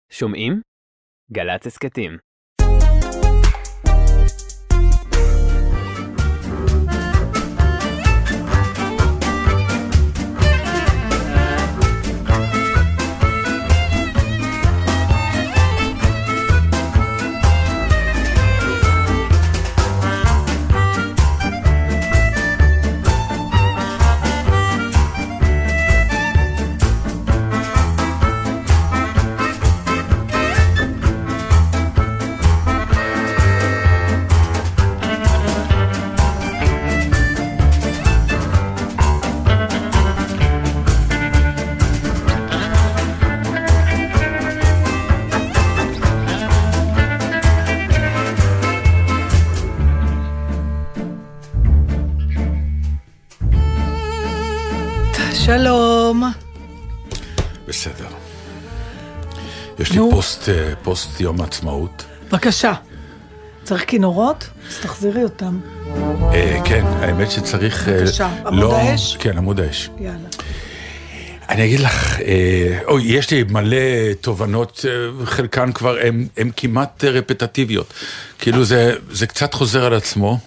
שומעים? גל"צ הסכתים. שלום. בסדר. יש לי פוסט יום העצמאות. בבקשה. צריך כינורות? אז תחזירי אותם. כן, האמת שצריך... בבקשה. עמוד האש? כן, עמוד האש. יאללה. אני אגיד לך, יש לי מלא תובנות, חלקן כבר הן כמעט רפטטיביות. כאילו זה קצת חוזר על עצמו.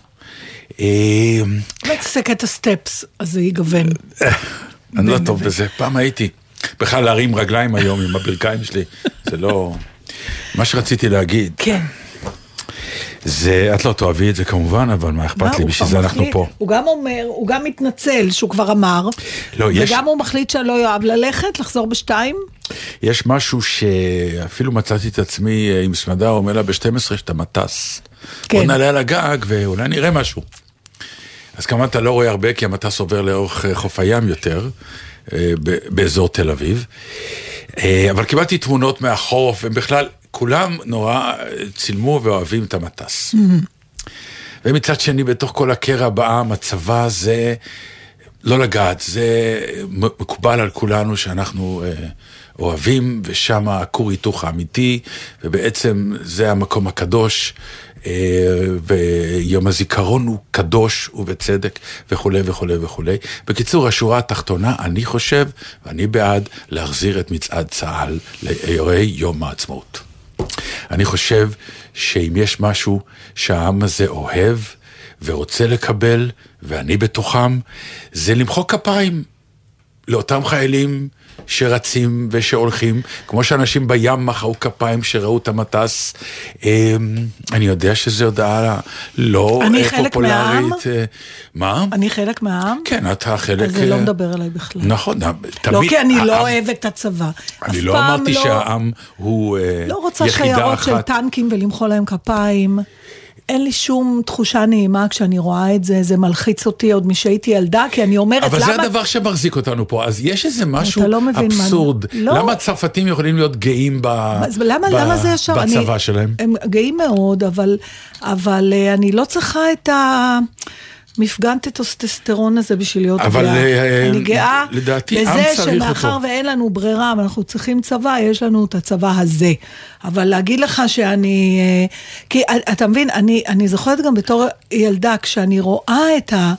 תעסק את הסטפס, אז זה ייגוון. אני לא טוב בזה, פעם הייתי בכלל להרים רגליים היום עם הברכיים שלי, זה לא... מה שרציתי להגיד, כן. זה, את לא תאהבי את זה כמובן, אבל מה אכפת לי, בשביל זה אנחנו פה. הוא גם אומר, הוא גם מתנצל שהוא כבר אמר, וגם הוא מחליט שאני לא אוהב ללכת, לחזור בשתיים. יש משהו שאפילו מצאתי את עצמי עם סמדה, הוא אומר לה ב-12 שאתה מטס. בוא נעלה על הגג ואולי נראה משהו. אז כמובן אתה לא רואה הרבה, כי המטס עובר לאורך חוף הים יותר, באזור תל אביב. אבל קיבלתי תמונות מהחוף, ובכלל כולם נורא צילמו ואוהבים את המטס. ומצד שני, בתוך כל הקרע בעם, הצבא זה לא לגעת, זה מקובל על כולנו שאנחנו אוהבים, ושם הכור היתוך האמיתי, ובעצם זה המקום הקדוש, ויום הזיכרון הוא קדוש ובצדק וכו' וכו' וכו'. בקיצור, השורה התחתונה, אני חושב, ואני בעד להחזיר את מצעד צה"ל לאירועי יום העצמאות. אני חושב שאם יש משהו שהעם הזה אוהב ורוצה לקבל, ואני בתוכם, זה למחוא כפיים לאותם חיילים שרצים ושהולכים, כמו שאנשים בים מחאו כפיים שראו את המטס. אני יודע שזו הודעה לא פופולרית. מה? אני חלק מהעם? כן, אתה חלק... אז זה לא מדבר עליי בכלל. נכון, תמיד... לא, כי אני לא אוהבת את הצבא. אני לא אמרתי שהעם הוא יחידה אחת. לא רוצה שיירות של טנקים ולמחוא להם כפיים. אין לי שום תחושה נעימה כשאני רואה את זה, זה מלחיץ אותי עוד משהייתי ילדה, כי אני אומרת, אבל זה הדבר שמחזיק אותנו פה, אז יש איזה משהו אבסורד. למה הצרפתים יכולים להיות גאים בצבא שלהם? הם גאים מאוד, אבל אני לא צריכה את מפגן טסטוסטרון הזה בשביל להיות גאה. אני גאה לזה שמאחר ואין לנו ברירה, ואנחנו צריכים צבא, יש לנו את הצבא הזה. אבל להגיד לך שאני... כי אתה מבין, אני זוכרת גם בתור ילדה, כשאני רואה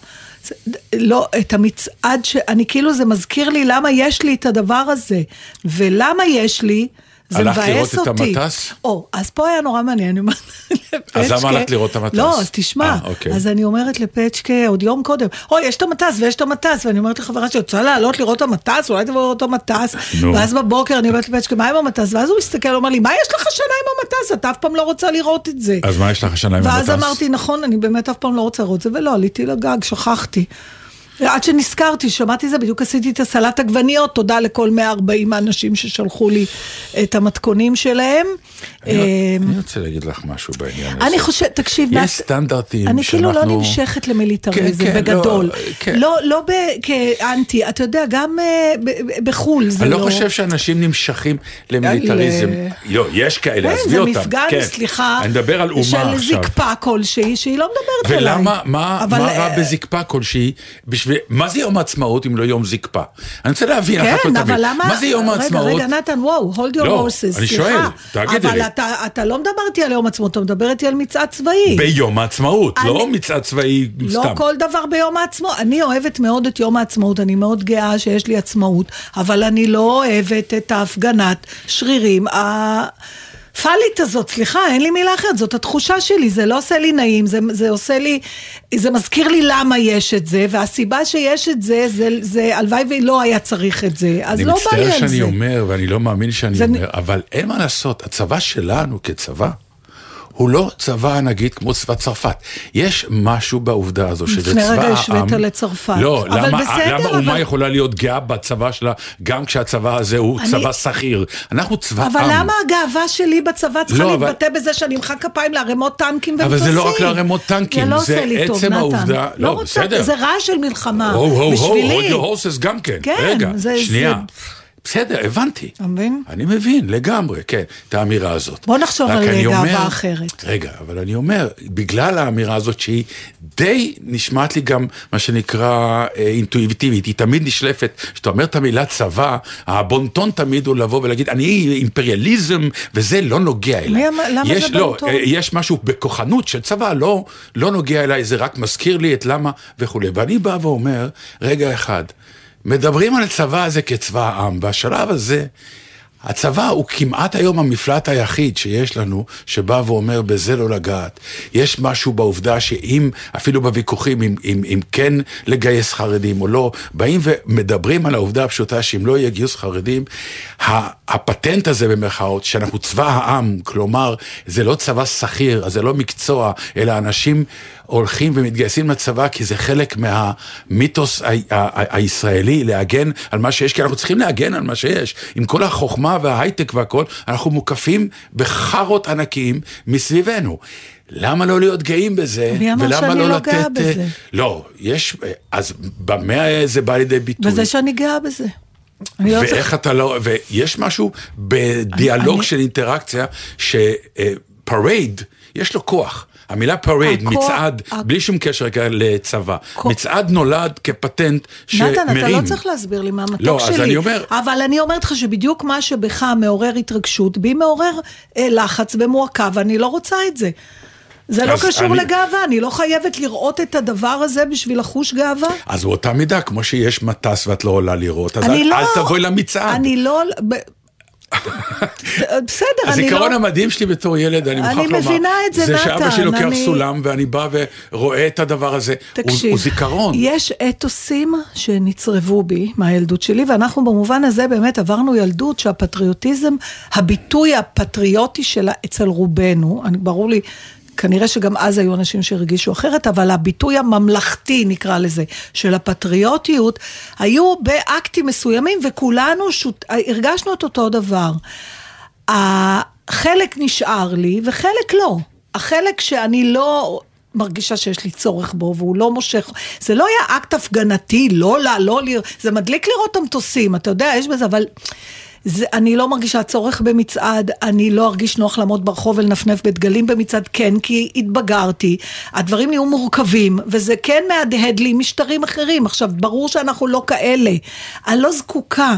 את המצעד, אני כאילו זה מזכיר לי למה יש לי את הדבר הזה, ולמה יש לי... זה מבאס אותי. הלכת לראות את המטס? אז פה היה נורא מעניין. אז למה הלכת לראות את המטס? לא, אז תשמע. אז אני אומרת לפצ'קה, עוד יום קודם, יש את המטס ויש את המטס, ואני אומרת לחברה שרוצה לעלות לראות את המטס, אולי תבוא לראות את המטס, ואז בבוקר אני אומרת לפצ'קה, מה עם המטס? ואז הוא מסתכל, הוא אומר לי, מה יש לך שנה עם המטס? אתה אף פעם לא רוצה לראות את זה. אז מה יש לך שנה עם המטס? ואז אמרתי, נכון, אני באמת אף פעם לא רוצה לראות את זה, ולא, עליתי לגג, שכחתי. עד שנזכרתי, שמעתי זה, בדיוק עשיתי את הסלט עגבניות, תודה לכל 140 האנשים ששלחו לי את המתכונים שלהם. אני רוצה להגיד לך משהו בעניין הזה. אני חושב, תקשיב, יש סטנדרטים אני כאילו לא נמשכת למיליטריזם בגדול. לא כאנטי, אתה יודע, גם בחול זה לא... אני לא חושב שאנשים נמשכים למיליטריזם. לא, יש כאלה, עזבי אותם. זה מפגן, סליחה, אני מדבר על אומה של זקפה כלשהי, שהיא לא מדברת עליי. ולמה, מה רע בזקפה כלשהי בשביל מה זה יום העצמאות אם לא יום זקפה? אני רוצה להבין, כן, אבל למה? מה זה יום העצמאות? רגע, נתן, וואו, hold your horses, אני שואל, תגידי לי. אבל אתה לא מדבר איתי על יום העצמאות, אתה מדבר איתי על מצעד צבאי. ביום העצמאות, לא מצעד צבאי סתם. לא כל דבר ביום העצמאות. אני אוהבת מאוד את יום העצמאות, אני מאוד גאה שיש לי עצמאות, אבל אני לא אוהבת את ההפגנת שרירים פלית הזאת, סליחה, אין לי מילה אחרת, זאת התחושה שלי, זה לא עושה לי נעים, זה עושה לי, זה מזכיר לי למה יש את זה, והסיבה שיש את זה, זה הלוואי ולא היה צריך את זה, אז לא בא לי על זה. אני מצטער שאני אומר, ואני לא מאמין שאני אומר, אבל אין מה לעשות, הצבא שלנו כצבא, הוא לא צבא, נגיד, כמו צבא צרפת. יש משהו בעובדה הזו, שזה צבא העם. לפני רגע השווית לצרפת. לא, למה אומה יכולה להיות גאה בצבא שלה, גם כשהצבא הזה הוא צבא שכיר? אנחנו צבא עם. אבל למה הגאווה שלי בצבא צריכה להתבטא בזה שאני אמחא כפיים לערימות טנקים ומטוסים? אבל זה לא רק לערימות טנקים, זה עצם העובדה. לא בסדר. זה רעש של מלחמה. בשבילי. hold your horses גם כן. רגע, שנייה. בסדר, הבנתי. אני מבין, לגמרי, כן, את האמירה הזאת. בוא נחשוב על גאווה אחרת. רגע, אבל אני אומר, בגלל האמירה הזאת שהיא די נשמעת לי גם מה שנקרא אינטואיטיבית, היא תמיד נשלפת, שאתה אומר את המילה צבא, הבונטון תמיד הוא לבוא ולהגיד, אני אימפריאליזם, וזה לא נוגע אליי. למה זה בונטון? יש משהו בכוחנות של צבא, לא נוגע אליי, זה רק מזכיר לי את למה וכו'. ואני בא ואומר, רגע אחד, מדברים על הצבא הזה כצבא העם, בשלב הזה, הצבא הוא כמעט היום המפלט היחיד שיש לנו, שבא ואומר בזה לא לגעת. יש משהו בעובדה שאם, אפילו בוויכוחים, אם כן לגייס חרדים או לא, באים ומדברים על העובדה הפשוטה שאם לא יהיה גיוס חרדים, הפטנט הזה במרכאות, שאנחנו צבא העם, כלומר, זה לא צבא שכיר, זה לא מקצוע, אלא אנשים הולכים ומתגייסים לצבא, כי זה חלק מהמיתוס הישראלי, להגן על מה שיש, כי אנחנו צריכים להגן על מה שיש. עם כל החוכמה וההייטק והכל, אנחנו מוקפים בחרות ענקיים מסביבנו. למה לא להיות גאים בזה? מי אמר שאני לא גאה בזה? לא, יש, אז במה זה בא לידי ביטוי? בזה שאני גאה בזה. ואיך אתה לא, ויש משהו בדיאלוג של אינטראקציה, שפרייד, יש לו כוח. המילה פרייד, מצעד, בלי שום קשר לצבא. מצעד נולד כפטנט שמרים. נתן, אתה לא צריך להסביר לי מה המתוק שלי. לא, אז אני אומר. אבל אני אומרת לך שבדיוק מה שבך מעורר התרגשות, בי מעורר לחץ במועקה, ואני לא רוצה את זה. זה לא קשור לגאווה, אני לא חייבת לראות את הדבר הזה בשביל לחוש גאווה. אז באותה מידה, כמו שיש מטס ואת לא עולה לראות, אז אל תבואי למצעד. אני לא... בסדר, אני לא... הזיכרון המדהים שלי בתור ילד, אני מוכרח לומר, מבינה את זה, זה שאבא שלי לוקח סולם, ואני בא ורואה את הדבר הזה, הוא זיכרון. יש אתוסים שנצרבו בי מהילדות שלי, ואנחנו במובן הזה באמת עברנו ילדות שהפטריוטיזם, הביטוי הפטריוטי שלה אצל רובנו, ברור לי, כנראה שגם אז היו אנשים שהרגישו אחרת, אבל הביטוי הממלכתי, נקרא לזה, של הפטריוטיות, היו באקטים מסוימים, וכולנו הרגשנו את אותו דבר. החלק נשאר לי, וחלק לא. החלק שאני לא מרגישה שיש לי צורך בו, והוא לא מושך, זה לא היה אקט הפגנתי, זה מדליק לראות המטוסים, אתה יודע, יש בזה, אבל... אני לא מרגישה צורך במצעד, אני לא ארגיש נוח לעמוד ברחוב ולנפנף בדגלים במצעד, כן, כי התבגרתי, הדברים נהיו מורכבים, וזה כן מהדהד לי משטרים אחרים. עכשיו, ברור שאנחנו לא כאלה, אני לא זקוקה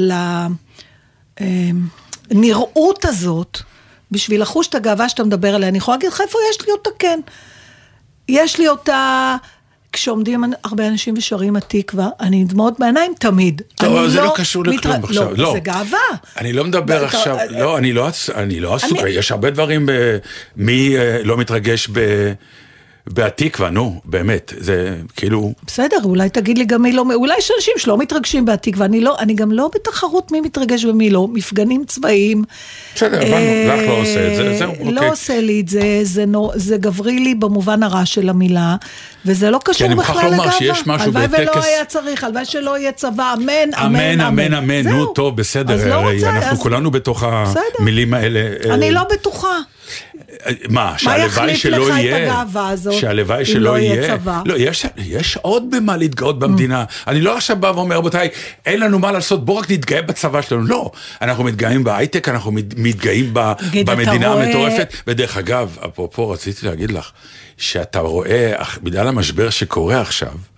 לנראות הזאת, בשביל לחוש את הגאווה שאתה מדבר עליה. אני יכולה להגיד לך איפה יש לי אותה, כן. יש לי אותה... כשעומדים הרבה אנשים ושרים התקווה, אני דמעות בעיניים תמיד. טוב, זה לא קשור לכלום עכשיו. לא, זה גאווה. אני לא מדבר עכשיו, לא, אני לא עסוק, יש הרבה דברים, מי לא מתרגש בהתקווה, נו, באמת, זה כאילו... בסדר, אולי תגיד לי גם מי לא, אולי יש אנשים שלא מתרגשים בהתקווה, אני גם לא בתחרות מי מתרגש ומי לא, מפגנים צבאיים. בסדר, הבנו, לך לא עושה את זה, זהו, אוקיי. לא עושה לי את זה, זה גברי לי במובן הרע של המילה, וזה לא קשור בכלל לגאווה. הלוואי ולא היה צריך, הלוואי שלא יהיה צבא, אמן, אמן, אמן, אמן, נו, טוב, בסדר, אנחנו כולנו בתוך המילים האלה. אני לא בטוחה. מה שהלוואי שלא יהיה, שהלוואי שלא יהיה, לא, יש עוד במה להתגאות במדינה. אני לא עכשיו בא ואומר, רבותיי, אין לנו מה לעשות, בוא רק נתגאה בצבא שלנו. לא, אנחנו מתגאים בהייטק, אנחנו מתגאים במדינה המטורפת. ודרך אגב, אפרופו, רציתי להגיד לך, שאתה רואה, בגלל המשבר שקורה עכשיו,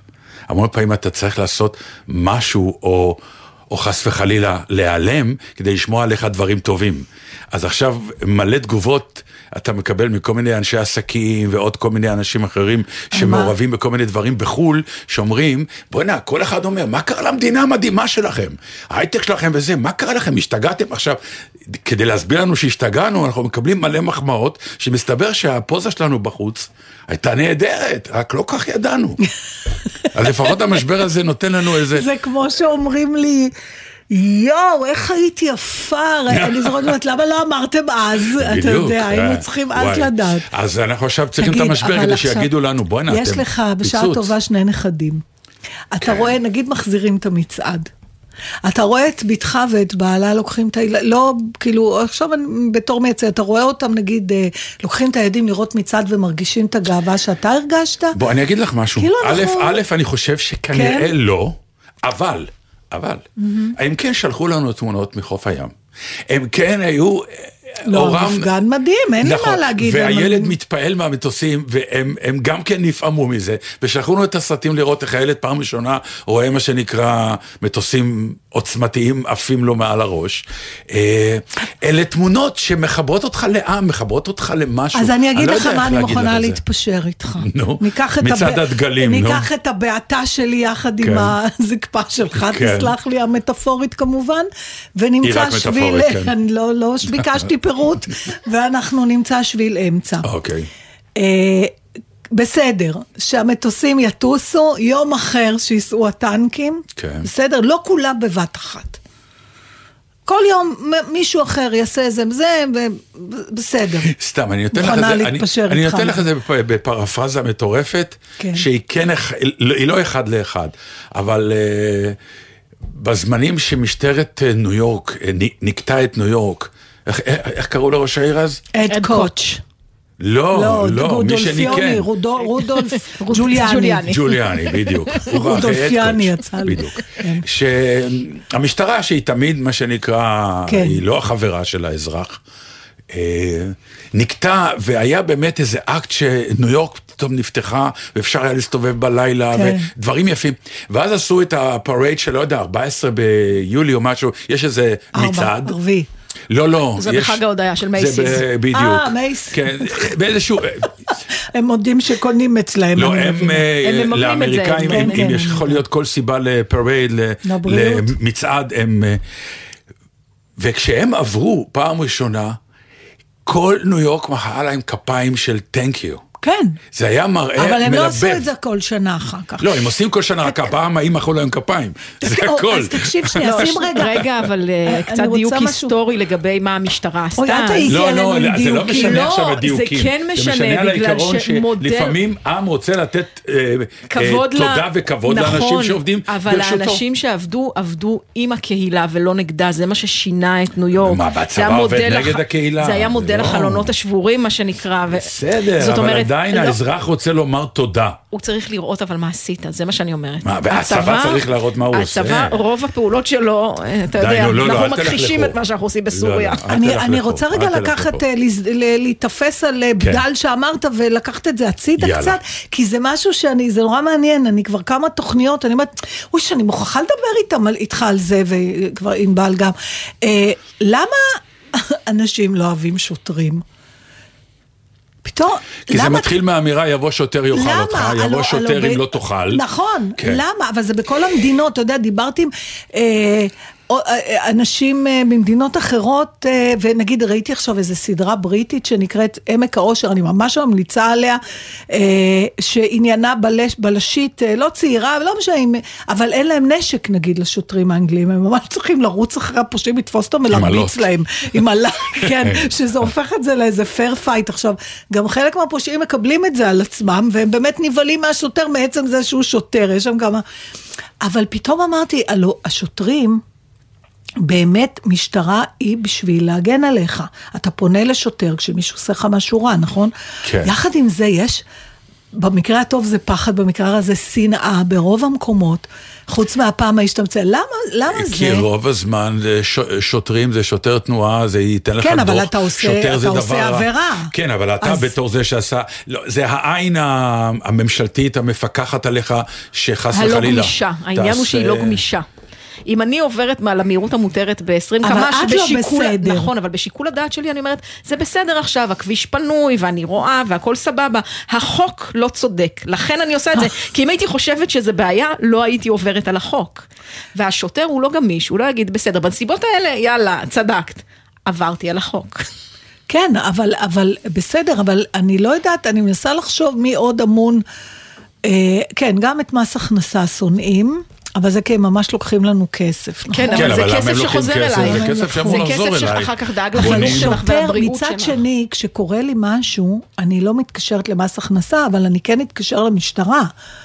המון פעמים אתה צריך לעשות משהו, או חס וחלילה להיעלם, כדי לשמוע עליך דברים טובים. אז עכשיו מלא תגובות אתה מקבל מכל מיני אנשי עסקים, ועוד כל מיני אנשים אחרים, שמעורבים בכל מיני דברים בחול, שאומרים, בוא'נה, כל אחד אומר, מה קרה למדינה המדהימה שלכם? ההייטק שלכם וזה, מה קרה לכם? השתגעתם עכשיו? כדי להסביר לנו שהשתגענו, אנחנו מקבלים מלא מחמאות, שמסתבר שהפוזה שלנו בחוץ, הייתה נהדרת, רק לא כך ידענו. אז לפחות המשבר הזה נותן לנו איזה... זה כמו שאומרים לי, יואו, איך הייתי יפה, אני זוכרת, למה לא אמרתם אז? אתה יודע, היינו צריכים אז לדעת. אז אנחנו עכשיו צריכים את המשבר כדי שיגידו לנו, בואי נעתם. יש לך בשעה טובה 2 נכדים. אתה רואה, נגיד מחזירים את המצעד. אתה רואה את ביתך ואת בעלה לוקחים את הילד, לא, כאילו, עכשיו בתור מייצא, אתה רואה אותם, נגיד, לוקחים את הילדים לראות מצעד ומרגישים את הגאווה שאתה הרגשת? בוא, אני אגיד לך משהו. א', אני חושב שכנראה לא, אבל, הם כן שלחו לנו תמונות מחוף הים. הם כן היו... לא, מפגן מדהים, אין לי מה להגיד. והילד מתפעל מהמטוסים, והם גם כן נפעמו מזה, ושלחונו את הסרטים לראות איך הילד פעם ראשונה רואה מה שנקרא מטוסים עוצמתיים עפים לו מעל הראש. אלה תמונות שמחברות אותך לעם, מחברות אותך למשהו. אז אני אגיד לך מה אני מוכנה להתפשר איתך. נו, מצד הדגלים, נו. ניקח את הבעתה שלי יחד עם הזקפה שלך, תסלח לי, המטאפורית כמובן, ונמצא שביל, לא ביקשתי פירוט, ואנחנו נמצא שביל אמצע. אוקיי. בסדר, שהמטוסים יטוסו, יום אחר שיסעו הטנקים, בסדר, לא כולם בבת אחת. כל יום מישהו אחר יעשה זה, בסדר. סתם, אני נותן לך את זה בפרפרזה מטורפת, שהיא כן, היא לא אחד לאחד, אבל בזמנים שמשטרת ניו יורק, נקטע את ניו יורק, איך קראו לראש העיר אז? אד קוטש. לא, מי שניקן. רודולף ג'וליאני. ג'וליאני, בדיוק. רודולפיאני יצא לי. בדיוק. שהמשטרה שהיא תמיד, מה שנקרא, היא לא החברה של האזרח, נקטע, והיה באמת איזה אקט שניו יורק פתאום נפתחה, ואפשר היה להסתובב בלילה, ודברים יפים. ואז עשו את הפרייד של, לא יודע, 14 ביולי או משהו, יש איזה מצעד. 4. לא. זה בחג ההודעה של מייסיס. זה בדיוק. מייסיס. כן, באיזשהו... הם מודים שקונים אצלהם. לא, הם לאמריקאים, אם יכול להיות כל סיבה לפרייד, למצעד, הם... וכשהם עברו פעם ראשונה, כל ניו יורק מחאה להם כפיים של thank you. כן. זה היה מראה מלבב. אבל הם לא עשו את זה כל שנה אחר כך. לא, הם עושים כל שנה, רק הפעם האם מחאו להם כפיים. זה הכל. אז תקשיב שנייה, שים רגע, אבל קצת דיוק היסטורי לגבי מה המשטרה עשתה. לא, זה לא משנה עכשיו הדיוקים. זה כן משנה, בגלל שמודל... לפעמים עם רוצה לתת תודה וכבוד לאנשים שעובדים ברשותו. אבל האנשים שעבדו, עבדו עם הקהילה ולא נגדה, זה מה ששינה את ניו יורק. מה, והצבא עובד נגד הקהילה? זה היה מודל החלונות השבורים, מה שנקרא. בסדר, אבל עדיין האזרח רוצה לומר תודה. הוא צריך לראות אבל מה עשית, זה מה שאני אומרת. והצבא צריך להראות מה הוא עושה. הצבא, רוב הפעולות שלו, אתה יודע, אנחנו מכחישים את מה שאנחנו עושים בסוריה. אני רוצה רגע לקחת, להתאפס על בדל שאמרת, ולקחת את זה הצידה קצת, כי זה משהו זה נורא מעניין, אני כבר כמה תוכניות, אני אומרת, שאני מוכרחה לדבר איתך על זה, וכבר עם בעל גם. למה אנשים לא אוהבים שוטרים? כי זה מתחיל מהאמירה, יבוא שוטר יאכל אותך, יבוא שוטר אם לא תאכל. נכון, למה? אבל זה בכל המדינות, אתה יודע, דיברתי עם אנשים ממדינות אחרות, ונגיד ראיתי עכשיו איזו סדרה בריטית שנקראת עמק האושר, אני ממש ממליצה עליה, שעניינה בלשית, לא צעירה, לא משנה, אבל אין להם נשק נגיד לשוטרים האנגלים, הם ממש צריכים לרוץ אחרי הפושעים, לתפוס אותם ולהרביץ להם, עם עלה, כן, שזה הופך את זה לאיזה פייר פייט. עכשיו, גם חלק מהפושעים מקבלים את זה על עצמם, והם באמת נבלים מהשוטר מעצם זה שהוא שוטר, יש שם כמה... אבל פתאום אמרתי, השוטרים, באמת משטרה היא בשביל להגן עליך. אתה פונה לשוטר כשמישהו עושה לך משהו רע, נכון? כן. יחד עם זה יש במקרה הטוב זה פחד, במקרה הזה שנאה, ברוב המקומות, חוץ מהפעם ההשתמצא. למה זה? כי רוב הזמן שוטרים זה שוטר תנועה, זה ייתן לך דוח. כן, אבל אתה עושה עבירה. כן, אבל אתה בתור זה שעשה, זה העין הממשלתית המפקחת עליך, שחס וחלילה. הלא גמישה, העניין הוא שהיא לא גמישה. אם אני עוברת מעל המהירות המותרת ב-20 קמ"ש, אבל את לא בסדר. נכון, אבל בשיקול הדעת שלי אני אומרת, זה בסדר עכשיו, הכביש פנוי, ואני רואה, והכל סבבה. החוק לא צודק, לכן אני עושה את זה. כי אם הייתי חושבת שזה בעיה, לא הייתי עוברת על החוק. והשוטר הוא לא גמיש, הוא לא יגיד, בסדר, בנסיבות האלה, יאללה, צדקת. עברתי על החוק. כן, אבל בסדר, אבל אני לא יודעת, אני מנסה לחשוב מי עוד אמון, כן, גם את מס הכנסה שונאים, אבל זה כי הם ממש לוקחים לנו כסף, נכון? כן, אבל זה כסף שחוזר אליי. זה כסף שאמור לחזור אליי. זה כסף שאחר כך דאג לחינוך שלך והבריאות שלך. מצד שני, כשקורה לי משהו, אני לא מתקשרת למס הכנסה, אבל אני כן מתקשר למשטרה.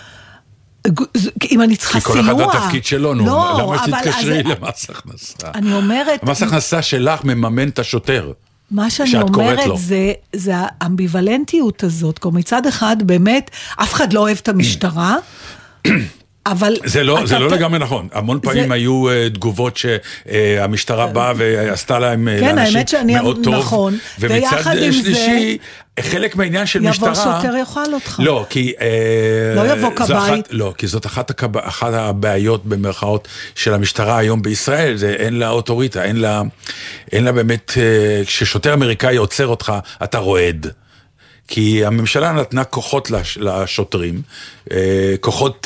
אם אני צריכה סיוע. כי כל אחד התפקיד שלו, למה שתתקשרי למס הכנסה? אני אומרת... המס הכנסה שלך מממן את השוטר. מה שאני אומרת זה האמביוולנטיות הזאת, כי מצד אחד באמת, אף אחד לא אוהב את המשטרה, אבל... זה לא לגמרי נכון. המון פעמים היו תגובות שהמשטרה באה ועשתה להם לאנשים מאוד טוב. נכון. ומצד שלישי, חלק מהעניין של משטרה... יבוא שוטר יאכל אותך. לא, כי... לא יבוא כבאי. לא, כי זאת אחת הבעיות במרכאות של המשטרה היום בישראל, זה אין לה אוטוריטה, אין לה באמת... כששוטר אמריקאי עוצר אותך, אתה רועד. כי הממשלה נתנה כוחות לשוטרים, כוחות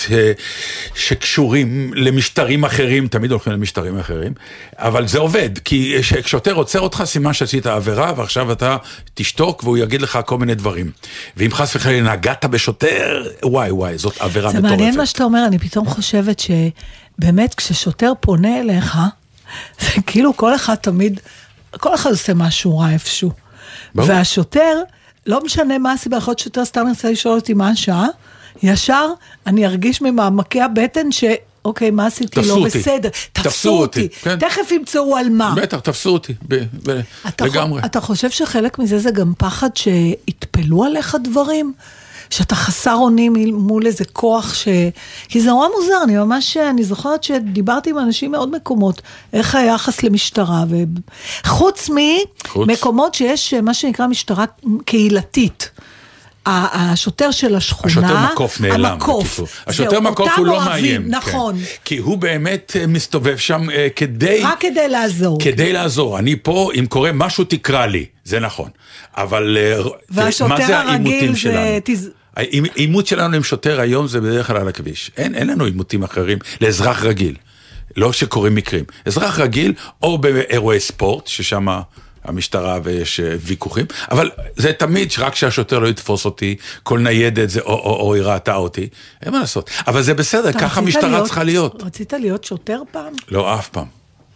שקשורים למשטרים אחרים, תמיד הולכים למשטרים אחרים, אבל זה עובד, כי כששוטר עוצר אותך, סימן שעשית עבירה, ועכשיו אתה תשתוק, והוא יגיד לך כל מיני דברים. ואם חס וחלילה נגעת בשוטר, וואי, זאת עבירה מטורפת. זה מעניין מה שאתה אומר, אני פתאום חושבת שבאמת כששוטר פונה אליך, זה כאילו כל אחד עושה משהו רע איפשהו. והשוטר, לא משנה מה הסיבה, יכול להיות שוטר סתם נרצה לשאול אותי מה השעה, ישר אני ארגיש ממעמקי הבטן אוקיי, מה עשיתי לא בסדר, תפסו אותי, תכף ימצאו על מה. בטח, תפסו אותי, לגמרי. אתה חושב שחלק מזה זה גם פחד שהתפלו עליך דברים? שאתה חסר אונים מול איזה כוח כי זה נורא מוזר, אני זוכרת שדיברתי עם אנשים מאוד מקומות, איך היחס למשטרה, חוץ ממקומות שיש מה שנקרא משטרה קהילתית. השוטר של השכונה, השוטר מקוף נעלם. השוטר מקוף הוא לא מאיים. נכון. כי הוא באמת מסתובב שם רק כדי לעזור. כדי לעזור. אני פה, אם קורה משהו תקרא לי. זה נכון. אבל מה זה העימותים שלנו? העימות שלנו עם שוטר היום זה בדרך כלל על הכביש. אין לנו עימותים אחרים לאזרח רגיל. לא שקוראים מקרים. אזרח רגיל או באירועי ספורט, ששם המשטרה ויש ויכוחים, אבל זה תמיד שרק שהשוטר לא יתפוס אותי, כל ניידת זה או היא ראתה אותי, אין מה לעשות. אבל זה בסדר, ככה המשטרה צריכה להיות. רצית להיות שוטר פעם? לא, אף פעם.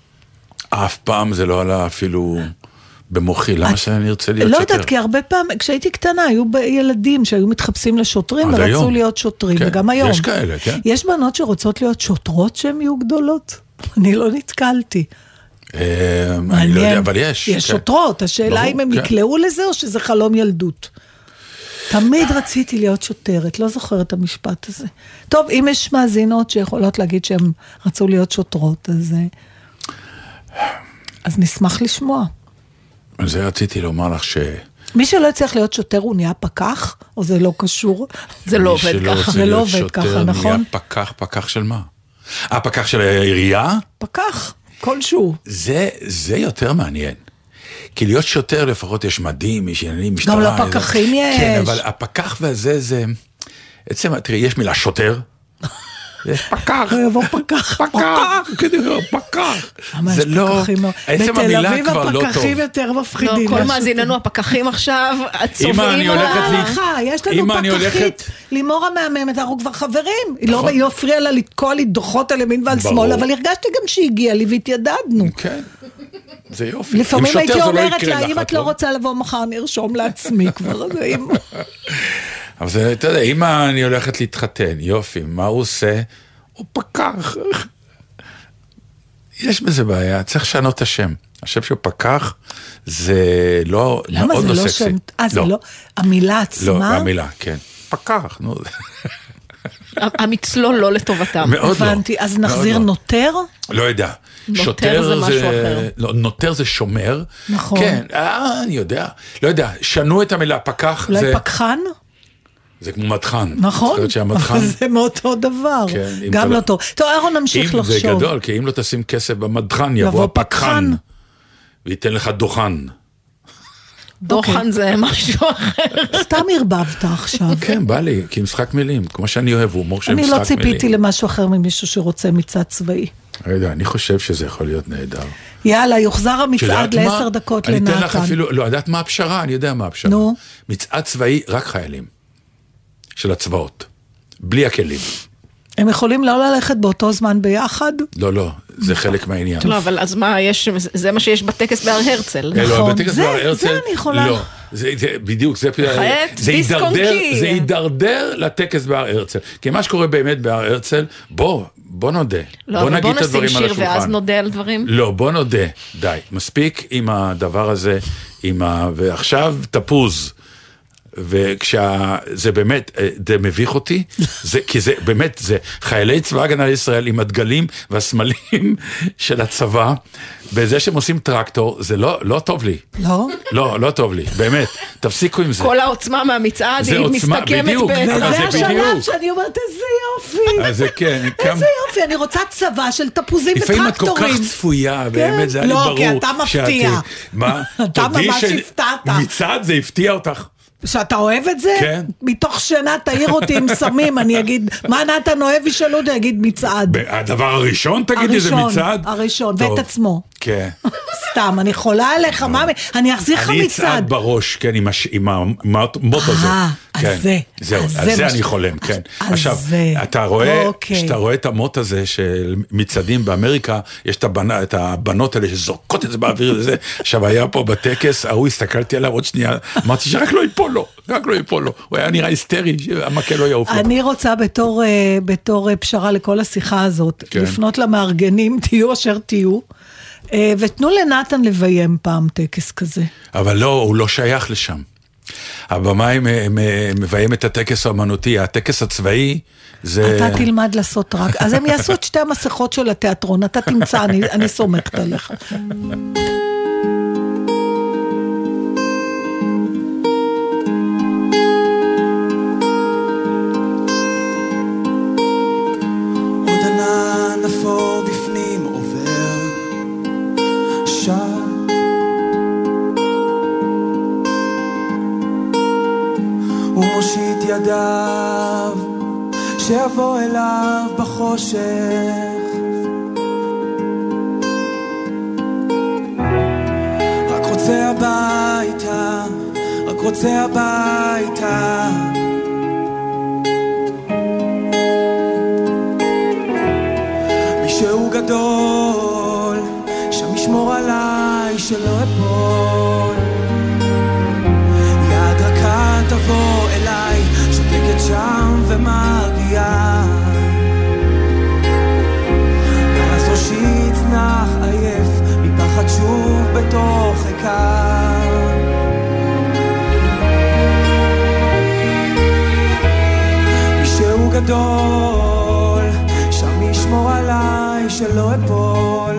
אף פעם זה לא עלה אפילו במוחי, למה שאני ארצה להיות שוטר? לא יודעת, כי הרבה פעם, כשהייתי קטנה, היו ילדים שהיו מתחפשים לשוטרים, ורצו להיות שוטרים, וגם היום. יש כאלה, כן? יש בנות שרוצות להיות שוטרות שהן יהיו גדולות? אני לא נתקלתי. אני לא יודע, אבל יש. יש שוטרות, השאלה אם הם יקלעו לזה או שזה חלום ילדות. תמיד רציתי להיות שוטרת, לא זוכרת את המשפט הזה. טוב, אם יש מאזינות שיכולות להגיד שהן רצו להיות שוטרות, אז נשמח לשמוע. זה רציתי לומר לך מי שלא יצליח להיות שוטר הוא נהיה פקח, או זה לא קשור? זה לא עובד ככה. זה לא עובד ככה, נכון? נהיה פקח של מה? פקח של העירייה? פקח. כלשהו. זה יותר מעניין. כי להיות שוטר לפחות יש מדים, יש עניינים, משטרה. גם לפקחים יש. כן, אבל הפקח והזה זה... עצם, תראי, יש מילה שוטר. יש פקח. יבוא פקח. פקח. זה לא... עצם המילה כבר לא טוב. הפקחים יותר מפחידים. כל מאזיננו הפקחים עכשיו, הצובעים. יש לנו פקחית, לימור המהממת, אנחנו כבר חברים. היא לא הפריעה לה לתקוע לי דוחות על ימין ועל שמאל, אבל הרגשתי גם שהיא הגיעה לי והתיידדנו. כן, זה יופי. לפעמים הייתי אומרת לה, אם את לא רוצה לבוא מחר, נרשום לעצמי כבר. אבל אתה יודע, אם אני הולכת להתחתן, יופי, מה הוא עושה? הוא פקח. יש בזה בעיה, צריך לשנות את השם. השם שהוא פקח, זה לא מאוד לא סקסי. למה זה לא שם? זה לא, המילה עצמה? לא, המילה, כן. פקח, נו. המצלול לא לטובתם. מאוד לא. הבנתי, אז נחזיר נותר? לא יודע. נותר זה משהו אחר. לא, נותר זה שומר. נכון. כן, אני יודע. לא יודע, שנו את המילה פקח. אולי פקחן? זה כמו מדחן. נכון. זה מאותו דבר. גם לא טוב. טוב, אהרון נמשיך לחשוב. זה גדול, כי אם לא תשים כסף במדחן, יבוא הפקחן. וייתן לך דוחן. דוחן זה משהו אחר. סתם הרבבת עכשיו. כן, בא לי, כי משחק מילים, כמו שאני אוהב, הוא מור של משחק מילים. אני לא מילים. ציפיתי למשהו אחר ממישהו שרוצה מצעד צבאי. אני חושב שזה יכול להיות נהדר. יאללה, יוחזר המצעד ל10 דקות לנתן. אני אתן לך אפילו, לא, יודעת מה הפשרה? אני יודע מה הפשרה. נו. מצעד צבאי, רק חיילים. של הצבאות. בלי הכלים. הם יכולים לא ללכת באותו זמן ביחד? לא, לא, זה חלק מהעניין. לא, אבל אז מה, זה מה שיש בטקס בהר הרצל. נכון, זה אני יכולה. לא, בדיוק, זה יידרדר לטקס בהר הרצל. כי מה שקורה באמת בהר הרצל, בוא נודה. לא, אבל בוא נשים שיר ואז נודה על דברים. לא, בוא נודה, די. מספיק עם הדבר הזה, ועכשיו תפוז. וכשזה באמת, זה מביך אותי, כי זה באמת, זה חיילי צבא הגנה לישראל עם הדגלים והסמלים של הצבא, בזה שהם עושים טרקטור, זה לא טוב לי. לא? לא טוב לי, באמת, תפסיקו עם זה. כל העוצמה מהמצעד היא מסתכמת וזה השלב שאני אומרת, איזה יופי. אז זה כן. איזה יופי, אני רוצה צבא של תפוזים וטרקטורים. לפעמים את כל כך צפויה, באמת, זה היה לי ברור. לא, כי אתה מפתיע. מה? אתה ממש הפתעת. מצעד זה הפתיע אותך. שאתה אוהב את זה? כן. מתוך שינה תאיר אותי עם סמים, אני אגיד, מה נתן אוהב ישאלו אותי, אגיד מצעד. הדבר הראשון תגידי זה מצעד? הראשון, ואת עצמו. כן. סתם, אני חולה עליך, מאמי, אני אחזיר לך מצעד. אני צעד בראש, כן, עם המוט הזה. אז זה. זהו, על זה אני חולם, כן. עכשיו, כשאתה רואה את המוט הזה של מצעדים באמריקה, יש את הבנות האלה שזורקות את זה באוויר לזה. עכשיו, היה פה בטקס, הסתכלתי עליו עוד שנייה, אמרתי שרק לא ייפול לו, רק לא ייפול לו. הוא היה נראה היסטרי, שהמקל לא יעוף לו. אני רוצה בתור פשרה לכל השיחה הזאת, לפנות למארגנים, תהיו אשר תהיו, ותנו לנתן לביים פעם טקס כזה. אבל לא, הוא לא שייך לשם. הבמאי מביים את הטקס האמנותי, הטקס הצבאי זה... אתה תלמד לעשות רק, אז הם יעשו את שתי המסכות של התיאטרון, אתה תמצא, אני סומכת עליך. עוד ענן אפור בפנים עובר שעה הוא מושיט ידיו שיבוא אליו בחושך רק רוצה הביתה רק רוצה הביתה מישהו גדול שם ישמור עליי שלא אפול יד רכה תבוא אליי שותקת שם ומרגיעה אז ראשי יצנח עייף מפחד שוב בתוך עיקר מישהו גדול שם ישמור עליי שלא אפול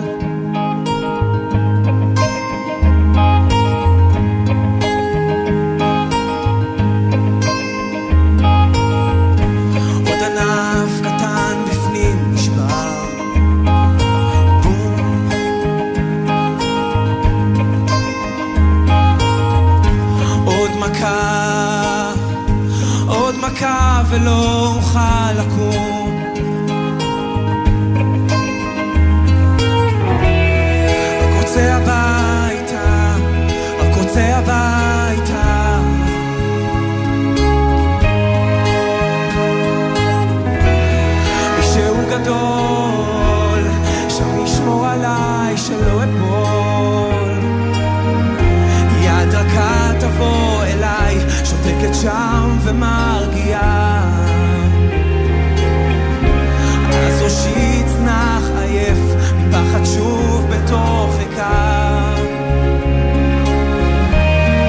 ולא אוכל לקום רק רוצה הביתה רק רוצה הביתה מישהו גדול שם ישמור עליי שלא אפול יד רכה תבוא אליי שותקת שם ומרגיעה אז ראשי יצנח עייף מפחד שוב בתוך עיקר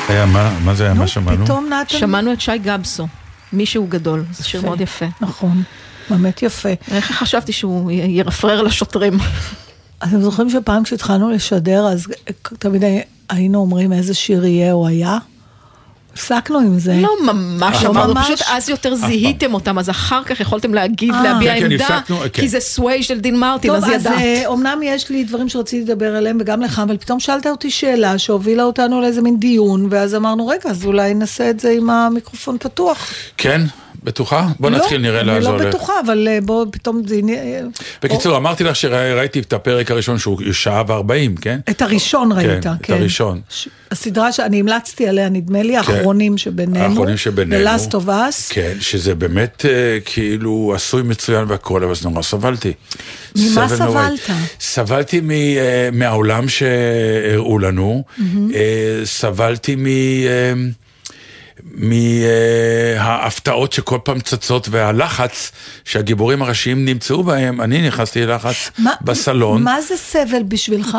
מה זה היה? מה שמענו? פתאום נתן... שמענו את שי גבסו, מישהו גדול, זה שיר מאוד יפה. נכון, באמת יפה. איך חשבתי שהוא ירפרר לשוטרים? אתם זוכרים שפעם כשהתחלנו לשדר, אז תמיד היינו אומרים איזה שיר יהיה או היה? הפסקנו עם זה. לא ממש, פשוט אז יותר זיהיתם אותם, אז אחר כך יכולתם להגיד, להביע עמדה, כי זה סווי של דין מרטין, אז ידעת. טוב, אז אומנם יש לי דברים שרציתי לדבר עליהם, וגם לך, אבל פתאום שאלת אותי שאלה, שהובילה אותנו לאיזה מין דיון, ואז אמרנו, רגע, אז אולי נעשה את זה עם המיקרופון פתוח. כן? בטוחה? בוא נתחיל, נראה לאן זה הולך. אני לא בטוחה, אבל בוא פתאום זה... בקיצור, אמרתי לך שראיתי את הפרק הראשון שהוא 1:40, כן? את הראשון ראית, כן. את הראשון. הסדרה שאני המלצתי עליה, נדמה לי, האחרונים שבינינו. האחרונים שבינינו. The Last of Us. כן, שזה באמת כאילו עשוי מצוין והכל, אבל זה נורא סבלתי. ממה סבלת? סבלתי מהעולם שהראו לנו, סבלתי מההפתעות שכל פעם צצות והלחץ שהגיבורים הראשיים נמצאו בהם. אני נכנסתי ללחץ בסלון. מה זה סבל בשבילך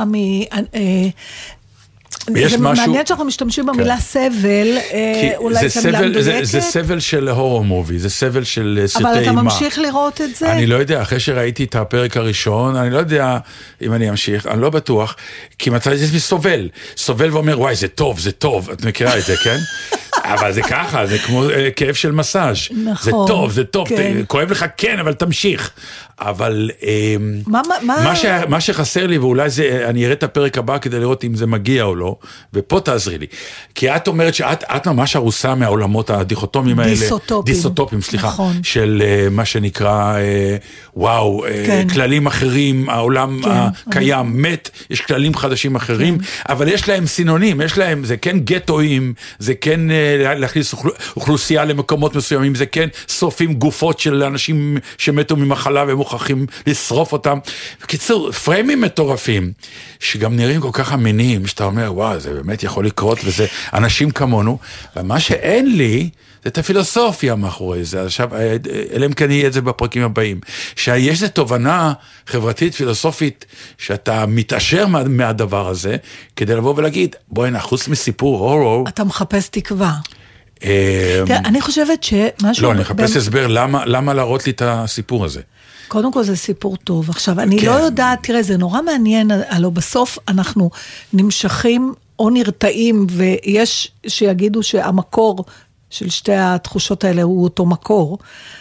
זה מעניין שאנחנו משתמשים במילה סבל, אולי זה מילה מדויקת. זה סבל של הורור מובי, זה סבל של סרטי אימה. אבל אתה ממשיך לראות את זה? אני לא יודע, אחרי שראיתי את הפרק הראשון, אני לא יודע אם אני אמשיך, אני לא בטוח, כי מתי זה סובל. סובל ואומר, וואי, זה טוב, זה טוב. את מכירה את זה, כן? אבל זה ככה, זה כמו כאב של מסאז'. נכון. זה טוב, זה טוב, כואב לך, כן, אבל תמשיך. אבל מה שחסר לי, ואולי אני אראה את הפרק הבא כדי לראות אם זה מגיע או לא, ופה תעזרי לי. כי את אומרת שאת ממש הרוסה מהעולמות הדיכוטומיים האלה. דיסוטופים, סליחה. נכון. של מה שנקרא, וואו, כללים אחרים, העולם הקיים מת, יש כללים חדשים אחרים, אבל יש להם סינונים, יש להם, זה כן גטואים, זה כן להכניס אוכלוסייה למקומות מסוימים, זה כן שורפים גופות של אנשים שמתו ממחלה והם מוכרחים לשרוף אותם. בקיצור, פריימים מטורפים, שגם נראים כל כך אמינים, שאתה אומר, וואו, זה באמת יכול לקרות, וזה אנשים כמונו, ומה שאין לי, זה את הפילוסופיה מאחורי זה. עכשיו, אלא אם כן יהיה את זה בפרקים הבאים, שיש איזו תובנה חברתית, פילוסופית, שאתה מתעשר מהדבר הזה, כדי לבוא ולהגיד, בואי נחוץ מסיפור הורור. אתה מחפש תקווה. אני חושבת שמשהו... לא, אני מחפש הסבר למה להראות לי את הסיפור הזה. קודם כל זה סיפור טוב. עכשיו, אני לא יודעת, תראה, זה נורא מעניין, הלוא בסוף אנחנו נמשכים או נרתעים, ויש שיגידו שהמקור של שתי התחושות האלה הוא אותו מקור,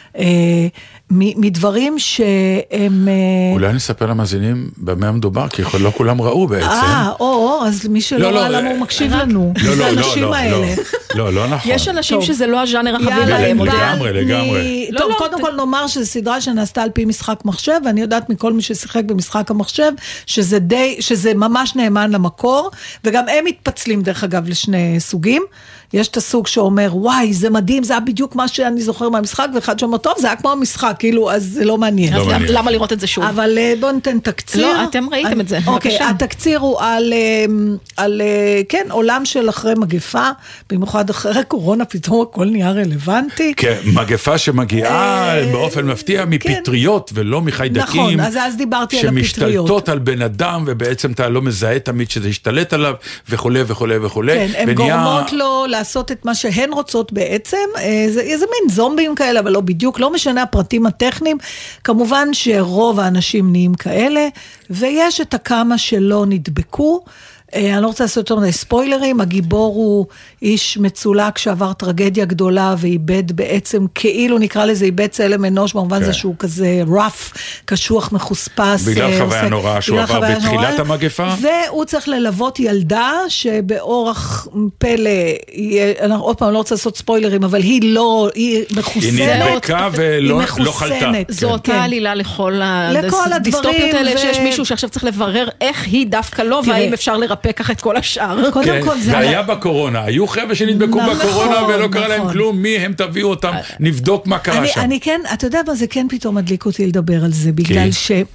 מדברים שהם... אולי נספר למאזינים במה מדובר, כי לא כולם ראו בעצם. אז מי שלא ראה למה הוא מקשיב לנו. זה האנשים האלה. לא נכון. יש אנשים שזה לא הז'אנר החביב עליהם. לגמרי. טוב, קודם כל נאמר שזו סדרה שנעשתה על פי משחק מחשב, ואני יודעת מכל מי ששיחק במשחק המחשב, שזה ממש נאמן למקור, וגם הם מתפצלים דרך אגב לשני סוגים. יש את הסוג שאומר, וואי, זה מדהים, זה היה בדיוק מה שאני זוכר מהמשחק, ואחד שאומר, טוב, זה היה כמו המשחק, כאילו, אז זה לא מעניין. אז למה לראות את זה שוב? אבל בואו ניתן תקציר. לא, אתם ראיתם את זה. אוקיי, התקציר הוא על, כן, עולם של אחרי מגפה, במיוחד אחרי קורונה, פתאום הכל נהיה רלוונטי. כן, מגפה שמגיעה באופן מפתיע מפטריות, ולא מחיידקים. נכון, אז דיברתי על הפטריות. שמשתלטות על בן אדם, ובעצם אתה לא מזהה תמיד שזה ישתלט עליו, וכו' וכו' וכו'. כן, הן גורמות לו לעשות את מה שהן רוצות בעצם, זה מין זומבים כאלה, אבל לא בדיוק, לא משנה הפרטים הטכניים, כמובן שרוב האנשים נהיים כאלה, ויש את הכמה שלא נדבקו, אני לא רוצה לעשות יותר מדי ספוילרים, הגיבור הוא איש מצולק שעבר טרגדיה גדולה, ואיבד בעצם, כאילו נקרא לזה, איבד צלם אנוש, במובן זה שהוא כזה רף, קשוח, מחוספס. בגלל חוויה נוראה שהוא עבר בתחילת המגפה. והוא צריך ללוות ילדה, שבאורח פלא, עוד פעם, לא רוצה לעשות ספוילרים, אבל היא מחוסנת. היא נדבקה ולא חלתה. זו אותה עלילה לכל הדיסטופיות האלה, שיש מישהו שעכשיו צריך לברר איך היא דווקא לא, והאם אפשר לרפא ככה את כל השאר. כן, זה היה בקורונה. היו חבר'ה שנדבקו בקורונה ולא קרה להם כלום, מי הם תביאו אותם, נבדוק מה קרה שם. אני כן, אתה יודע מה, זה כן פתאום מדליק אותי לדבר על זה, בגלל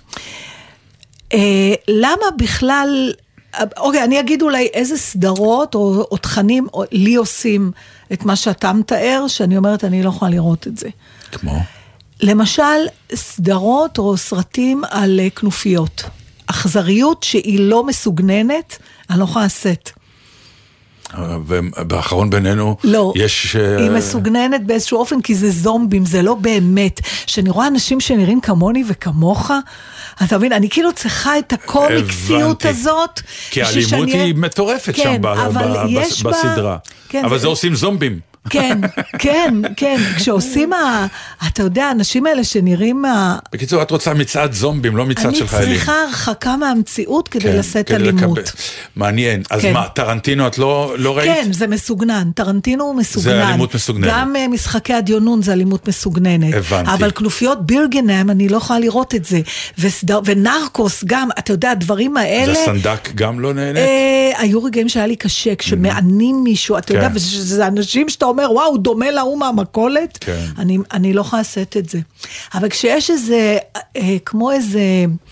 למה בכלל, אוקיי, אני אגיד אולי איזה סדרות או תכנים לי עושים את מה שאתה מתאר, שאני אומרת, אני לא יכולה לראות את זה. כמו? למשל, סדרות או סרטים על כנופיות. אכזריות שהיא לא מסוגננת, אני לא יכולה לעשות. ובאחרון בינינו יש... היא מסוגננת באיזשהו אופן, כי זה זומבים, זה לא באמת. שאני רואה אנשים שנראים כמוני וכמוך, אתה מבין, אני כאילו צריכה את הקומיקסיות הזאת. כי האלימות היא מטורפת שם בסדרה. אבל זה עושים זומבים. כן, כן, כן, כשעושים, אתה יודע, האנשים האלה שנראים... בקיצור, את רוצה מצעד זומבים, לא מצעד של חיילים. אני צריכה הרחקה מהמציאות כדי לשאת אלימות. מעניין, אז מה, טרנטינו את לא ראית? כן, זה מסוגנן, טרנטינו הוא מסוגנן. זה אלימות מסוגננת. גם משחקי הדיונון זה אלימות מסוגננת. הבנתי. אבל כנופיות בירגנהאם, אני לא יכולה לראות את זה. ונרקוס גם, אתה יודע, הדברים האלה... זה סנדק גם לא נהנית? היו רגעים שהיה לי קשה, כשמענים מישהו, אתה יודע, וזה אנשים שאתה אומר, וואו, דומה לאום המקולת, כן. אני לא יכולה לעשות את זה. אבל כשיש איזה, כמו איזה...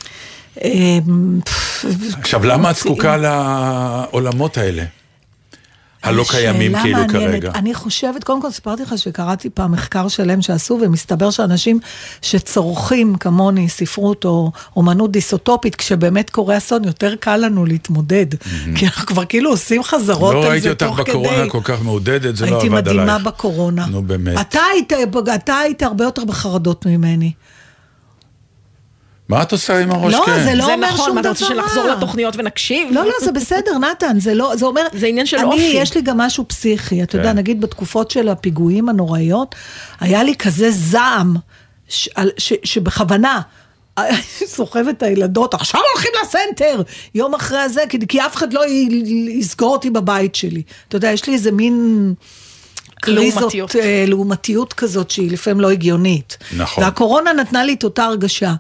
עכשיו, למה את זקוקה לעולמות האלה? הלא קיימים כאילו כרגע. אני חושבת, קודם כל סיפרתי לך שקראתי פעם מחקר שלם שעשו, ומסתבר שאנשים שצורכים כמוני ספרות או אומנות דיסוטופית, כשבאמת קורה אסון, יותר קל לנו להתמודד. כי אנחנו כבר כאילו עושים חזרות על זה. לא ראיתי אותך בקורונה כל כך מעודדת, זה לא עבד עלייך. הייתי מדהימה בקורונה. נו באמת. אתה היית הרבה יותר בחרדות ממני. מה את עושה עם הראש? לא, כן? זה לא זה אומר נכון, שום מה אתה דבר. רוצה שנחזור לתוכניות ונקשיב? לא, זה בסדר, נתן, זה אומר... זה עניין של אופי. יש לי גם משהו פסיכי, אתה יודע, נגיד בתקופות של הפיגועים הנוראיות, היה לי כזה זעם, שבכוונה, סוחבת את הילדות, עכשיו הולכים לסנטר, יום אחרי הזה, כי אף אחד לא יסגור אותי בבית שלי. אתה יודע, יש לי איזה מין... לעומתיות כזאת שהיא לפעמים לא הגיונית. נכון. והקורונה נתנה לי את אותה הרגשה.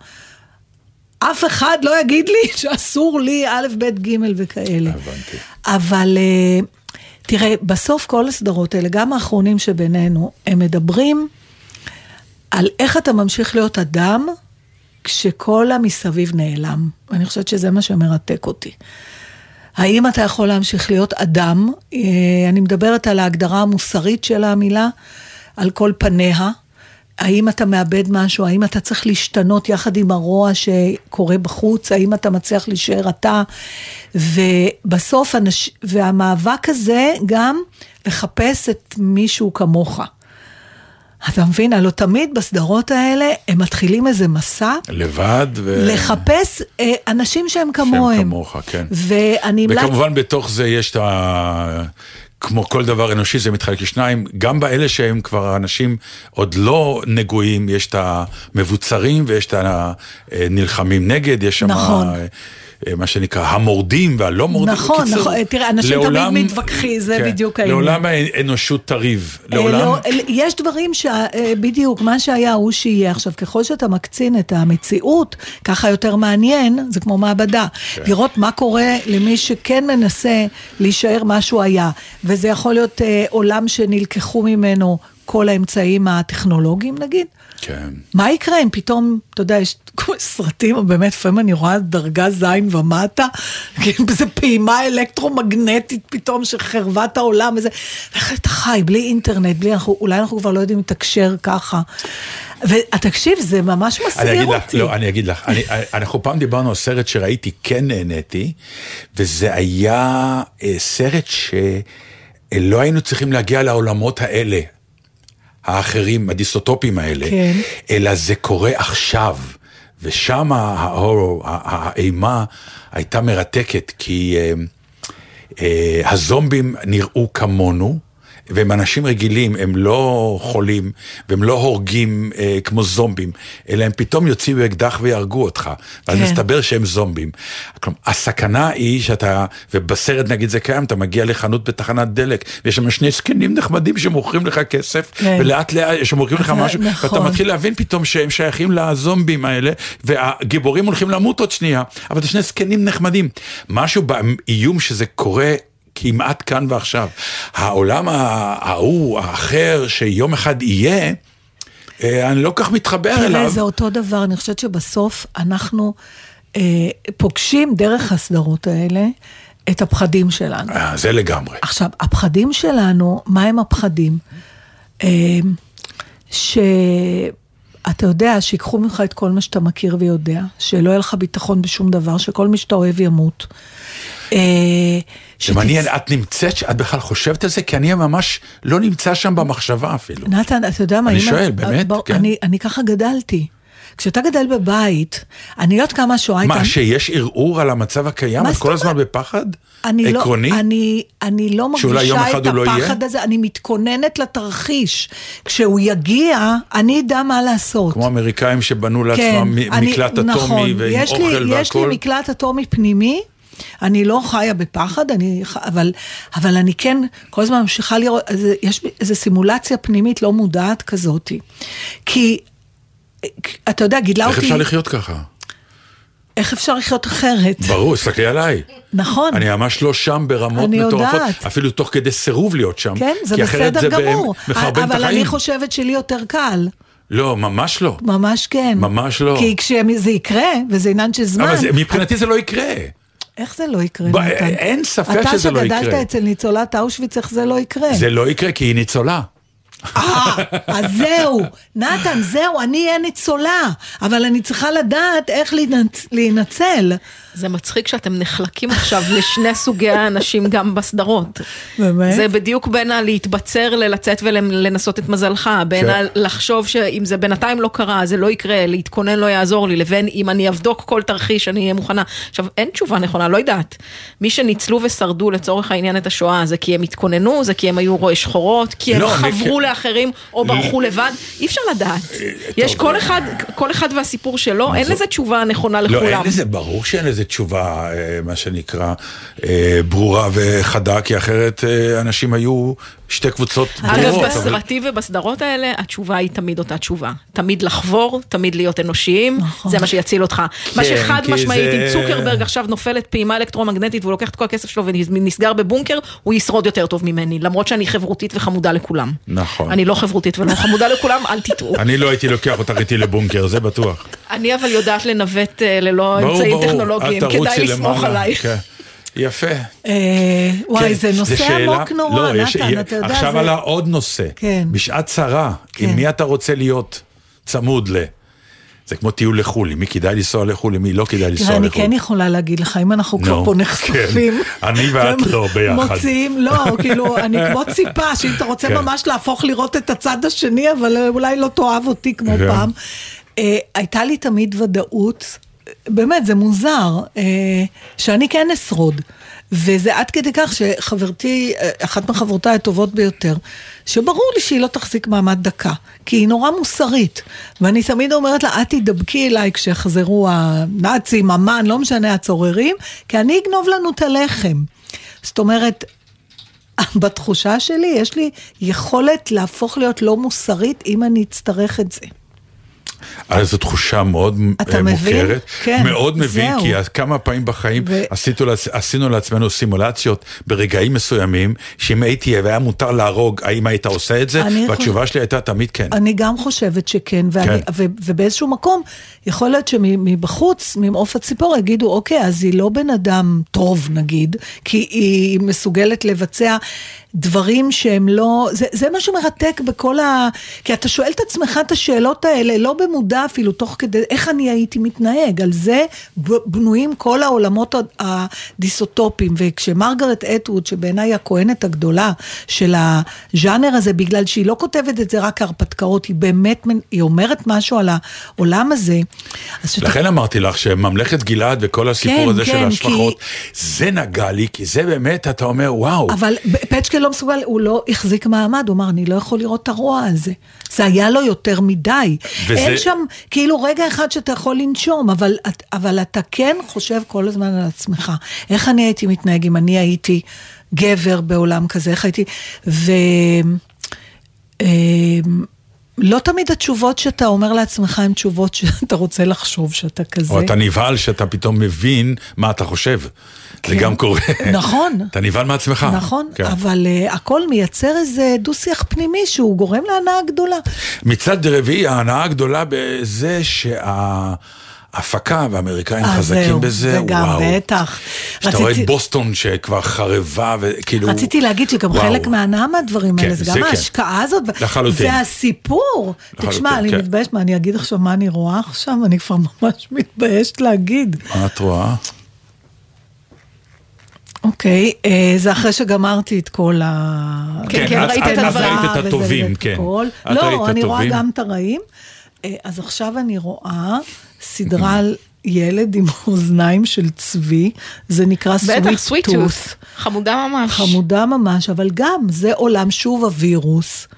אף אחד לא יגיד לי שאסור לי א' ב' ג' וכאלה. הבנתי. אבל תראה, בסוף כל הסדרות האלה, גם האחרונים שבינינו, הם מדברים על איך אתה ממשיך להיות אדם, כשכל המסביב נעלם. ואני חושבת שזה מה שמרתק אותי. האם אתה יכול להמשיך להיות אדם? אני מדברת על ההגדרה המוסרית של המילה, על כל פניה. האם אתה מאבד משהו? האם אתה צריך להשתנות יחד עם הרוע שקורה בחוץ? האם אתה מצליח להישאר אתה? ובסוף, והמאבק הזה גם לחפש את מישהו כמוך. אתה מבין? הלוא תמיד בסדרות האלה, הם מתחילים איזה מסע. לבד לחפש אנשים שהם כמוהם. שהם כמוך, כן. וכמובן בתוך זה יש כמו כל דבר אנושי, זה מתחלק לשניים, גם באלה שהם כבר אנשים עוד לא נגועים, יש את המבוצרים ויש את הנלחמים נגד, יש שם... נכון. מה שנקרא, המורדים והלא מורדים. נכון, נכון, תראה, אנשים תמיד מתווכחים, זה בדיוק העניין. לעולם האנושות תריב. יש דברים שבדיוק, מה שהיה הוא שיהיה. עכשיו, ככל שאתה מקצין את המציאות, ככה יותר מעניין, זה כמו מעבדה. לראות מה קורה למי שכן מנסה להישאר מה שהוא היה. וזה יכול להיות עולם שנלקחו ממנו כל האמצעים הטכנולוגיים, נגיד. כן. מה יקרה אם פתאום, אתה יודע, יש סרטים, באמת, לפעמים אני רואה דרגה זין ומטה, זה פעימה אלקטרומגנטית פתאום שחרבה את העולם, וזה, ואיך אתה חי, בלי אינטרנט, אולי אנחנו כבר לא יודעים לתקשר ככה. ותקשיב, זה ממש מסעיר אותי. לא, אני אגיד לך, אנחנו פעם דיברנו על סרט שראיתי, כן נהניתי, וזה היה סרט שלא היינו צריכים להגיע לעולמות האלה. האחרים, הדיסטופיים האלה, כן. אלא זה קורה עכשיו, ושם האימה הייתה מרתקת, כי הזומבים נראו כמונו, והם אנשים רגילים, הם לא חולים, והם לא הורגים כמו זומבים, אלא הם פתאום יוציאו אקדח ויהרגו אותך, ואז מסתבר שהם זומבים. כלומר, הסכנה היא שאתה, ובסרט נגיד זה קיים, אתה מגיע לחנות בתחנת דלק, ויש שם שני זקנים נחמדים שמוכרים לך כסף, ולאט לאט שמוכרים לך משהו, ואתה מתחיל להבין פתאום שהם שייכים לזומבים האלה, והגיבורים הולכים למות עוד שנייה, אבל זה שני זקנים נחמדים. משהו באיום שזה קורה, כמעט כאן ועכשיו. העולם ההוא, האחר, שיום אחד יהיה, אני לא כך מתחבר אליו. תראה, זה אותו דבר, אני חושבת שבסוף אנחנו פוגשים דרך הסדרות האלה, את הפחדים שלנו. זה לגמרי. עכשיו, הפחדים שלנו, מה הם הפחדים? אתה יודע, שיקחו ממך את כל מה שאתה מכיר ויודע, שלא יהיה לך ביטחון בשום דבר, שכל מי שאתה אוהב ימות. זה מעניין, את נמצאת, את בכלל חושבת על זה? כי אני ממש לא נמצא שם במחשבה אפילו. נתן, אתה יודע מה? אני שואל, באמת? אני ככה גדלתי. כשאתה גדל בבית, אני יודעת כמה השואה הייתה... מה, שיש ערעור על המצב הקיים? את כל הזמן בפחד? עקרוני? אני לא מרגישה את הפחד הזה, אני מתכוננת לתרחיש. כשהוא יגיע, אני אדע מה לעשות. כמו אמריקאים שבנו לעצמם מקלט אטומי ועם אוכל והכל. יש לי מקלט אטומי פנימי, אני לא חיה בפחד, אבל אני כן כל הזמן ממשיכה לראות, יש איזו סימולציה פנימית לא מודעת כזאת. כי אתה יודע, גידלה אותי... איך אפשר לחיות ככה? איך אפשר לחיות אחרת? ברור, סתכלי עליי. נכון. אני ממש לא שם ברמות מטורפות, אפילו תוך כדי סירוב להיות שם. כן, זה בסדר גמור. אבל אני חושבת שלי יותר קל. לא, ממש לא. ממש כן. ממש לא. כי כשזה יקרה, וזה עניין של זמן... אבל מבחינתי זה לא יקרה. איך זה לא יקרה? אין ספק שזה לא יקרה. אתה שגדלת אצל ניצולת אושוויץ, איך זה לא יקרה? זה לא יקרה כי היא ניצולה. אז זהו, נתן, זהו, אני אהיה ניצולה, אבל אני צריכה לדעת איך להינצל. זה מצחיק שאתם נחלקים עכשיו לשני סוגי האנשים גם בסדרות. באמת? זה בדיוק בין להתבצר, ללצאת ולנסות את מזלך, בין לחשוב שאם זה בינתיים לא קרה, זה לא יקרה, להתכונן לא יעזור לי, לבין אם אני אבדוק כל תרחיש, אני אהיה מוכנה. עכשיו, אין תשובה נכונה, לא יודעת. מי שניצלו ושרדו לצורך העניין את השואה, זה כי הם התכוננו, זה כי הם היו רואי שחורות, כי הם חברו לאחרים או ברחו לבד, אי אפשר לדעת. יש כל אחד והסיפור שלו, אין לזה תשובה נכונה לכולם. לא, אין לזה, ברור שאין לזה תשובה, מה שנקרא, ברורה וחדה, כי אחרת אנשים היו שתי קבוצות ברורות. אגב, בסרטים ובסדרות האלה, התשובה היא תמיד אותה תשובה. תמיד לחבור, תמיד להיות אנושיים, זה מה שיציל אותך. מה שחד משמעית, אם צוקרברג עכשיו נופלת פעימה אלקטרומגנטית, והוא לוקח את כל הכסף שלו ונסגר בבונקר, הוא ישרוד יותר טוב ממני, למרות שאני חברותית וחמודה לכולם. נכון. אני לא חברותית ולא חמודה לכולם, אל תטעו. אני לא הייתי לוקח אותך איתי לבונקר, זה בטוח. אני אבל יודעת לנווט ללא אמצעים טכנולוגיים, כדאי לסמוך עלייך. יפה. וואי, זה נושא עמוק נורא, נתן, אתה יודע. עכשיו עלה עוד נושא. בשעת צרה, עם מי אתה רוצה להיות צמוד ל... זה כמו טיול לחו"ל, מי כדאי לנסוע לחו"ל, מי לא כדאי לנסוע לחו"ל. אני כן יכולה להגיד לך, אם אנחנו כבר פה נחשפים. אני ואת לא ביחד. מוציאים, לא, כאילו, אני כמו ציפה, שאם אתה רוצה ממש להפוך לראות את הצד השני, אבל אולי לא תאהב אותי כמו פעם. הייתה לי תמיד ודאות, באמת, זה מוזר, שאני כן אשרוד. וזה עד כדי כך שחברתי, אחת מחברותיי הטובות ביותר, שברור לי שהיא לא תחזיק מעמד דקה, כי היא נורא מוסרית. ואני תמיד אומרת לה, את תדבקי אליי כשיחזרו הנאצים, המן, לא משנה, הצוררים, כי אני אגנוב לנו את הלחם. זאת אומרת, בתחושה שלי, יש לי יכולת להפוך להיות לא מוסרית, אם אני אצטרך את זה. אז זו תחושה מאוד מוכרת, כן, מאוד מבין, כי כמה פעמים בחיים עשינו לעצמנו סימולציות ברגעים מסוימים, שאם הייתי והיה מותר להרוג, האם היית עושה את זה? והתשובה שלי הייתה תמיד כן. אני גם חושבת שכן, ובאיזשהו מקום, יכול להיות שמבחוץ, ממעוף הציפור, יגידו, אוקיי, אז היא לא בן אדם טוב, נגיד, כי היא מסוגלת לבצע דברים שהם לא, זה משהו מרתק בכל כי אתה שואל את עצמך את השאלות האלה, לא במודע אפילו, תוך כדי, איך אני הייתי מתנהג, על זה בנויים כל העולמות הדיסוטופיים, וכשמרגרט אטווד, שבעיניי הכהנת הגדולה של הז'אנר הזה, בגלל שהיא לא כותבת את זה רק הרפתקאות, היא באמת, היא אומרת משהו על העולם הזה. לכן אמרתי לך, שממלכת גלעד וכל הסיפור הזה של ההשפחות, זה נגע לי, כי זה באמת, אתה אומר, וואו. אבל פצ'קה לא מסוגל, הוא לא החזיק מעמד, הוא אמר, אני לא יכול לראות את הרוע הזה. זה היה לו יותר מדי. אין שם, כאילו רגע אחד שאתה יכול לנשום, אבל אתה כן חושב כל הזמן על עצמך. איך אני הייתי מתנהג אם אני הייתי גבר בעולם כזה, איך הייתי, לא תמיד התשובות שאתה אומר לעצמך הן תשובות שאתה רוצה לחשוב שאתה כזה. או אתה נבהל שאתה פתאום מבין מה אתה חושב. זה גם קורה. נכון. אתה נבהל מעצמך. נכון, אבל הכל מייצר איזה דו-שיח פנימי שהוא גורם להנאה גדולה. מצד רביעי, ההנאה הגדולה בזה ההפקה והאמריקאים חזקים בזה, זה גם בטח. שאתה רואה את בוסטון שכבר חרבה וכאילו... רציתי להגיד שגם חלק מההנאה מהדברים האלה, זה גם ההשקעה הזאת, והסיפור. תשמע, אני מתביישת, מה אני אגיד עכשיו מה אני רואה עכשיו? אני כבר ממש מתביישת להגיד. מה את רואה? אוקיי, זה אחרי שגמרתי את כל כן, ראית את הדברים. את הטובים, כן. לא, אני רואה גם את הרעים. אז עכשיו אני רואה סדרה על ילד עם אוזניים של צבי, זה נקרא Sweet Tooth. חמודה ממש. חמודה ממש, אבל גם זה עולם שוב הווירוס,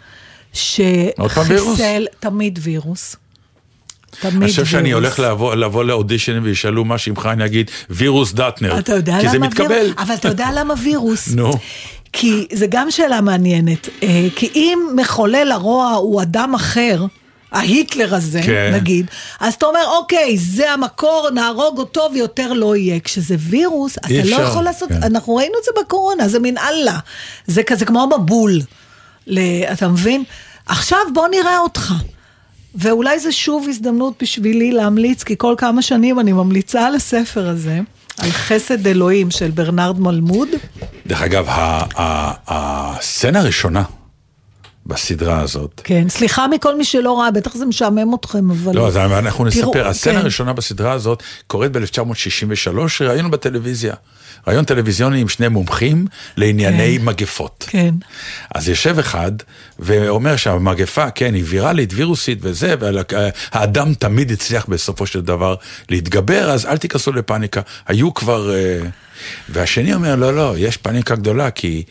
שחיסל תמיד וירוס. אני חושב שאני הולך לבוא לאודישנים וישאלו מה שמך, אני אגיד וירוס דטנר, כי זה מתקבל. אבל אתה יודע למה וירוס? נו. כי זה גם שאלה מעניינת, כי אם מחולל הרוע הוא אדם אחר, ההיטלר הזה, נגיד, אז אתה אומר, אוקיי, זה המקור, נהרוג אותו ויותר לא יהיה. כשזה וירוס, אתה לא יכול לעשות, אנחנו ראינו את זה בקורונה, זה מין אללה. זה כזה כמו מבול. אתה מבין? עכשיו בוא נראה אותך. ואולי זה שוב הזדמנות בשבילי להמליץ, כי כל כמה שנים אני ממליצה על הספר הזה, על חסד אלוהים של ברנרד מלמוד. דרך אגב, הסצנה הראשונה, בסדרה הזאת. כן, סליחה מכל מי שלא ראה, בטח זה משעמם אתכם, אבל... לא, אז אנחנו נספר, הסצנה הראשונה בסדרה הזאת קורית ב-1963, ראינו בטלוויזיה. רעיון טלוויזיוני עם שני מומחים לענייני מגפות. כן. אז יושב אחד ואומר שהמגפה, כן, היא ויראלית, וירוסית וזה, והאדם תמיד הצליח בסופו של דבר להתגבר, אז אל תיכנסו לפאניקה. היו כבר... והשני אומר, לא, יש פאניקה גדולה, כי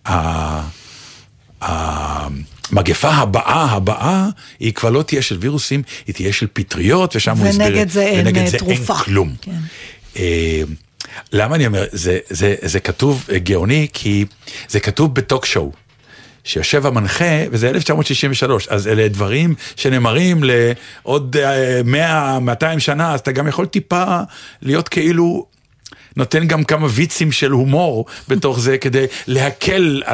המגפה הבאה, היא כבר לא תהיה של וירוסים, היא תהיה של פטריות, ושם הוא הסביר... ונגד זה אין כלום. למה אני אומר, זה כתוב גאוני, כי זה כתוב בטוק שואו, שיושב המנחה, וזה 1963, אז אלה דברים שנאמרים לעוד 100-200 שנה, אז אתה גם יכול טיפה להיות כאילו... נותן גם כמה ויצים של הומור בתוך זה, כדי להקל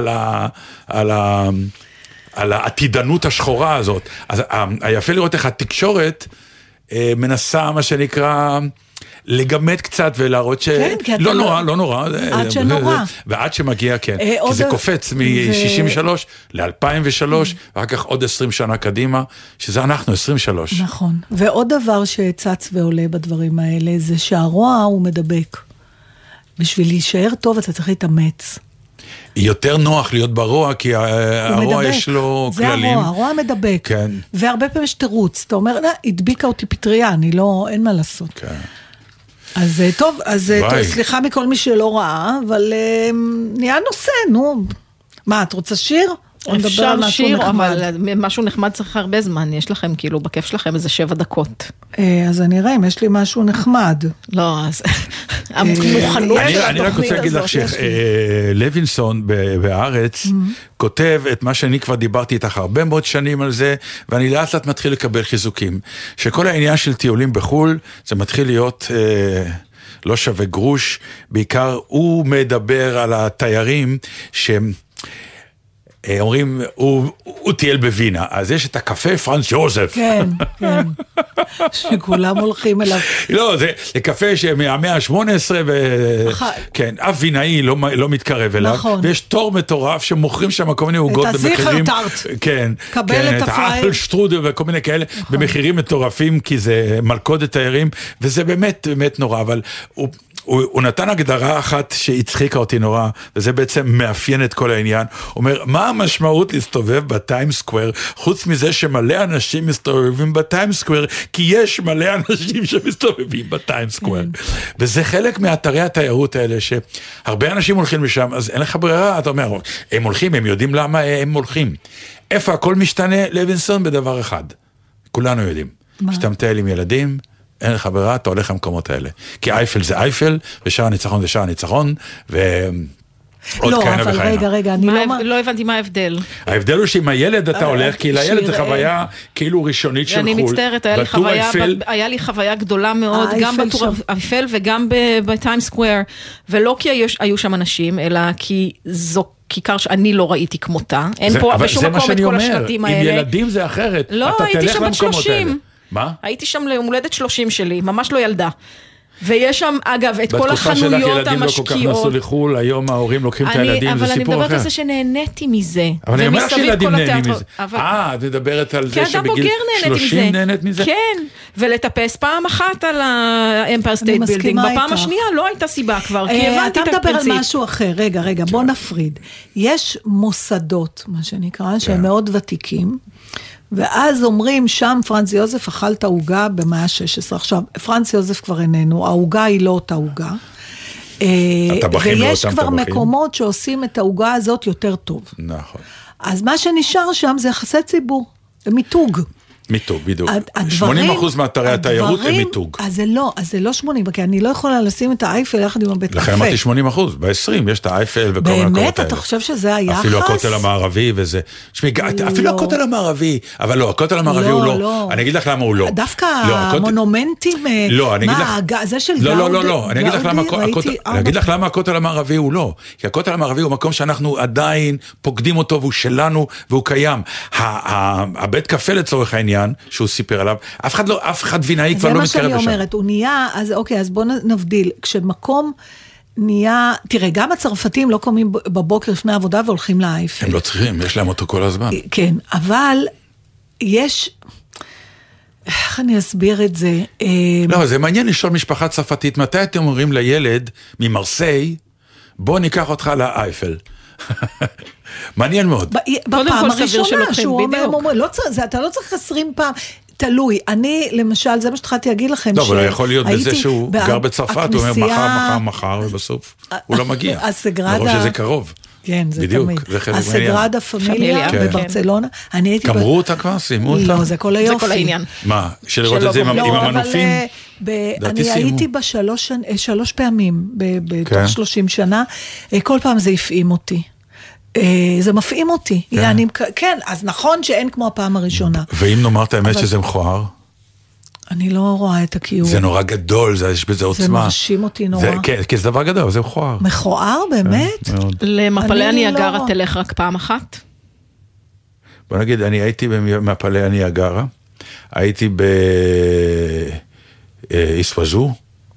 על העתידנות השחורה הזאת. אז היפה לראות איך התקשורת מנסה, מה שנקרא, לגמד קצת ולהראות לא נורא. עד שנורא. ועד שמגיע, כן. כי זה קופץ מ-63 ל-2003, ואחר כך עוד 20 שנה קדימה, שזה אנחנו, 23. נכון. ועוד דבר שצץ ועולה בדברים האלה, זה שהרוע הוא מדבק. בשביל להישאר טוב, אתה צריך להתאמץ. יותר נוח להיות ברוע, כי הרוע יש לו כללים. זה הרוע מדבק. כן. והרבה פעמים יש תירוץ. אתה אומר, הדביקה אותי פטריה, אין מה לעשות. כן. אז טוב, סליחה מכל מי שלא ראה, אבל נהיה נושא, נו. מה, את רוצה שיר? אפשר שיר, אבל משהו נחמד צריך הרבה זמן, יש לכם כאילו בכיף שלכם איזה 7 דקות. אז אני אראה אם יש לי משהו נחמד. לא, אז המוכנות של אני רק רוצה להגיד לך שלוינסון בהארץ כותב את מה שאני כבר דיברתי איתך הרבה מאוד שנים על זה, ואני לאט לאט מתחיל לקבל חיזוקים, שכל העניין של טיולים בחול, זה מתחיל להיות... לא שווה גרוש, בעיקר הוא מדבר על התיירים שהם אומרים, הוא טייל בווינה, אז יש את הקפה פרנץ יוזף. כן, כן. שכולם הולכים אליו. לא, זה קפה מהמאה ה-18, כן, אף וינאי לא מתקרב אליו. נכון. ויש תור מטורף שמוכרים שם כל מיני עוגות במחירים. את הזיכר טארט. כן. קבל את הפריי. את האפל שטרודל וכל מיני כאלה, במחירים מטורפים, כי זה מלכודת תיירים, וזה באמת נורא, אבל הוא נתן הגדרה אחת שהצחיקה אותי נורא, וזה בעצם מאפיין את כל העניין. הוא אומר, מה המשמעות להסתובב בטיים סקוואר, חוץ מזה שמלא אנשים מסתובבים בטיים סקוואר, כי יש מלא אנשים שמסתובבים בטיים סקוואר. וזה חלק מאתרי התיירות האלה, שהרבה אנשים הולכים לשם, אז אין לך ברירה, אתה אומר, הם הולכים, הם יודעים למה הם הולכים. איפה הכל משתנה? לוינסון בדבר אחד. כולנו יודעים. שאתה מטייל עם ילדים, אין לך ברירה, אתה הולך למקומות האלה. כי אייפל זה אייפל, ושער הניצחון זה שער הניצחון, ועוד כהנה וכהנה. לא, אבל רגע, אני לא הבנתי מה ההבדל. ההבדל הוא שעם הילד אתה הולך, כי לילד זה חוויה כאילו ראשונית של חול. אני מצטערת, היה לי חוויה גדולה מאוד, גם בטור אייפל וגם בטיים סקוואר, ולא כי היו שם אנשים, אלא כי זו כיכר שאני לא ראיתי כמותה. אין פה בשום מקום את כל השלטים האלה. עם ילדים זה אחרת. לא, הייתי שם בת 30. מה? הייתי שם ליום הולדת 30 שלי, ממש לא ילדה. ויש שם, אגב, את כל החנויות המשקיעות. בתקופה שלך ילדים לא כל כך נסו לחול, היום ההורים לוקחים את הילדים, זה סיפור אחר. אבל אני מדברת על זה שנהניתי מזה. אבל אני אומר שילדים נהנים מזה. את מדברת על זה שבגיל 30 נהנית מזה? כן, ולטפס פעם אחת על האמפייר סטייט בילדינג, בפעם השנייה לא הייתה סיבה כבר, כי הבנתי את הפרינציפ. אתה מדבר על משהו אחר, רגע, בוא נפריד. יש מוסדות, מה שנקרא, שהם מאוד ותיקים, ואז אומרים שם פרנץ יוזף אכל את ההוגה במאה ה-16. עכשיו, פרנץ יוזף כבר איננו, ההוגה היא לא אותה הוגה. ויש כבר מקומות שעושים את ההוגה הזאת יותר טוב. נכון. אז מה שנשאר שם זה יחסי ציבור, זה מיתוג. מיתוג, בדיוק. 80% מאתרי התיירות הם מיתוג. אז זה לא 80, כי אני לא יכולה לשים את האייפל יחד עם הבית קפה. לכן אמרתי 80%, ב-20 יש את האייפל וכל המקומות האלה. באמת, אתה חושב שזה היחס? אפילו הכותל המערבי וזה. אפילו הכותל המערבי, אבל לא, הכותל המערבי הוא לא. אני אגיד לך למה הוא לא. דווקא המונומנטים, זה של גאודי. לא, אני אגיד לך למה הכותל המערבי הוא לא. כי הכותל המערבי הוא מקום שאנחנו עדיין פוקדים אותו, והוא שלנו, והוא קיים. הבית קפה לצורך העניין שהוא סיפר עליו, אף אחד וינאי כבר לא מתקרב לשם. זה מה שאני אומרת, הוא נהיה, אז אוקיי, אז בוא נבדיל, כשמקום נהיה, תראה, גם הצרפתים לא קומים בבוקר לפני עבודה והולכים לאייפל. הם לא צריכים, יש להם אותו כל הזמן. כן, אבל יש, איך אני אסביר את זה? לא, זה מעניין לשאול משפחה צרפתית, מתי אתם אומרים לילד ממרסיי, בוא ניקח אותך לאייפל. מעניין מאוד. בפעם הראשונה שהוא אומר, אתה לא צריך 20 פעם, תלוי, אני למשל, זה מה שתחלתי להגיד לכם, לא, אבל יכול להיות בזה שהוא גר בצרפת, הוא אומר מחר, ובסוף הוא לא מגיע, מרוב שזה קרוב. כן, זה תמיד. הסגרדה פמיליה בברצלונה. גמרו אותה כבר, סיימו אותה? לא, זה כל היופי. זה כל העניין. מה, שלראות את זה עם המנופים? אני הייתי בשלוש פעמים, בתוך 30 שנה, כל פעם זה הפעים אותי. זה מפעים אותי. כן, אז נכון שאין כמו הפעם הראשונה. ואם נאמר את האמת שזה מכוער? אני לא רואה את הקיום. זה נורא גדול, יש בזה עוצמה. זה מרשים אותי נורא. כן, כי זה דבר גדול, זה מכוער. מכוער, באמת? למפלי הניאגרה תלך רק פעם אחת? בוא נגיד, אני הייתי במפלי הניאגרה, הייתי באיסווזו.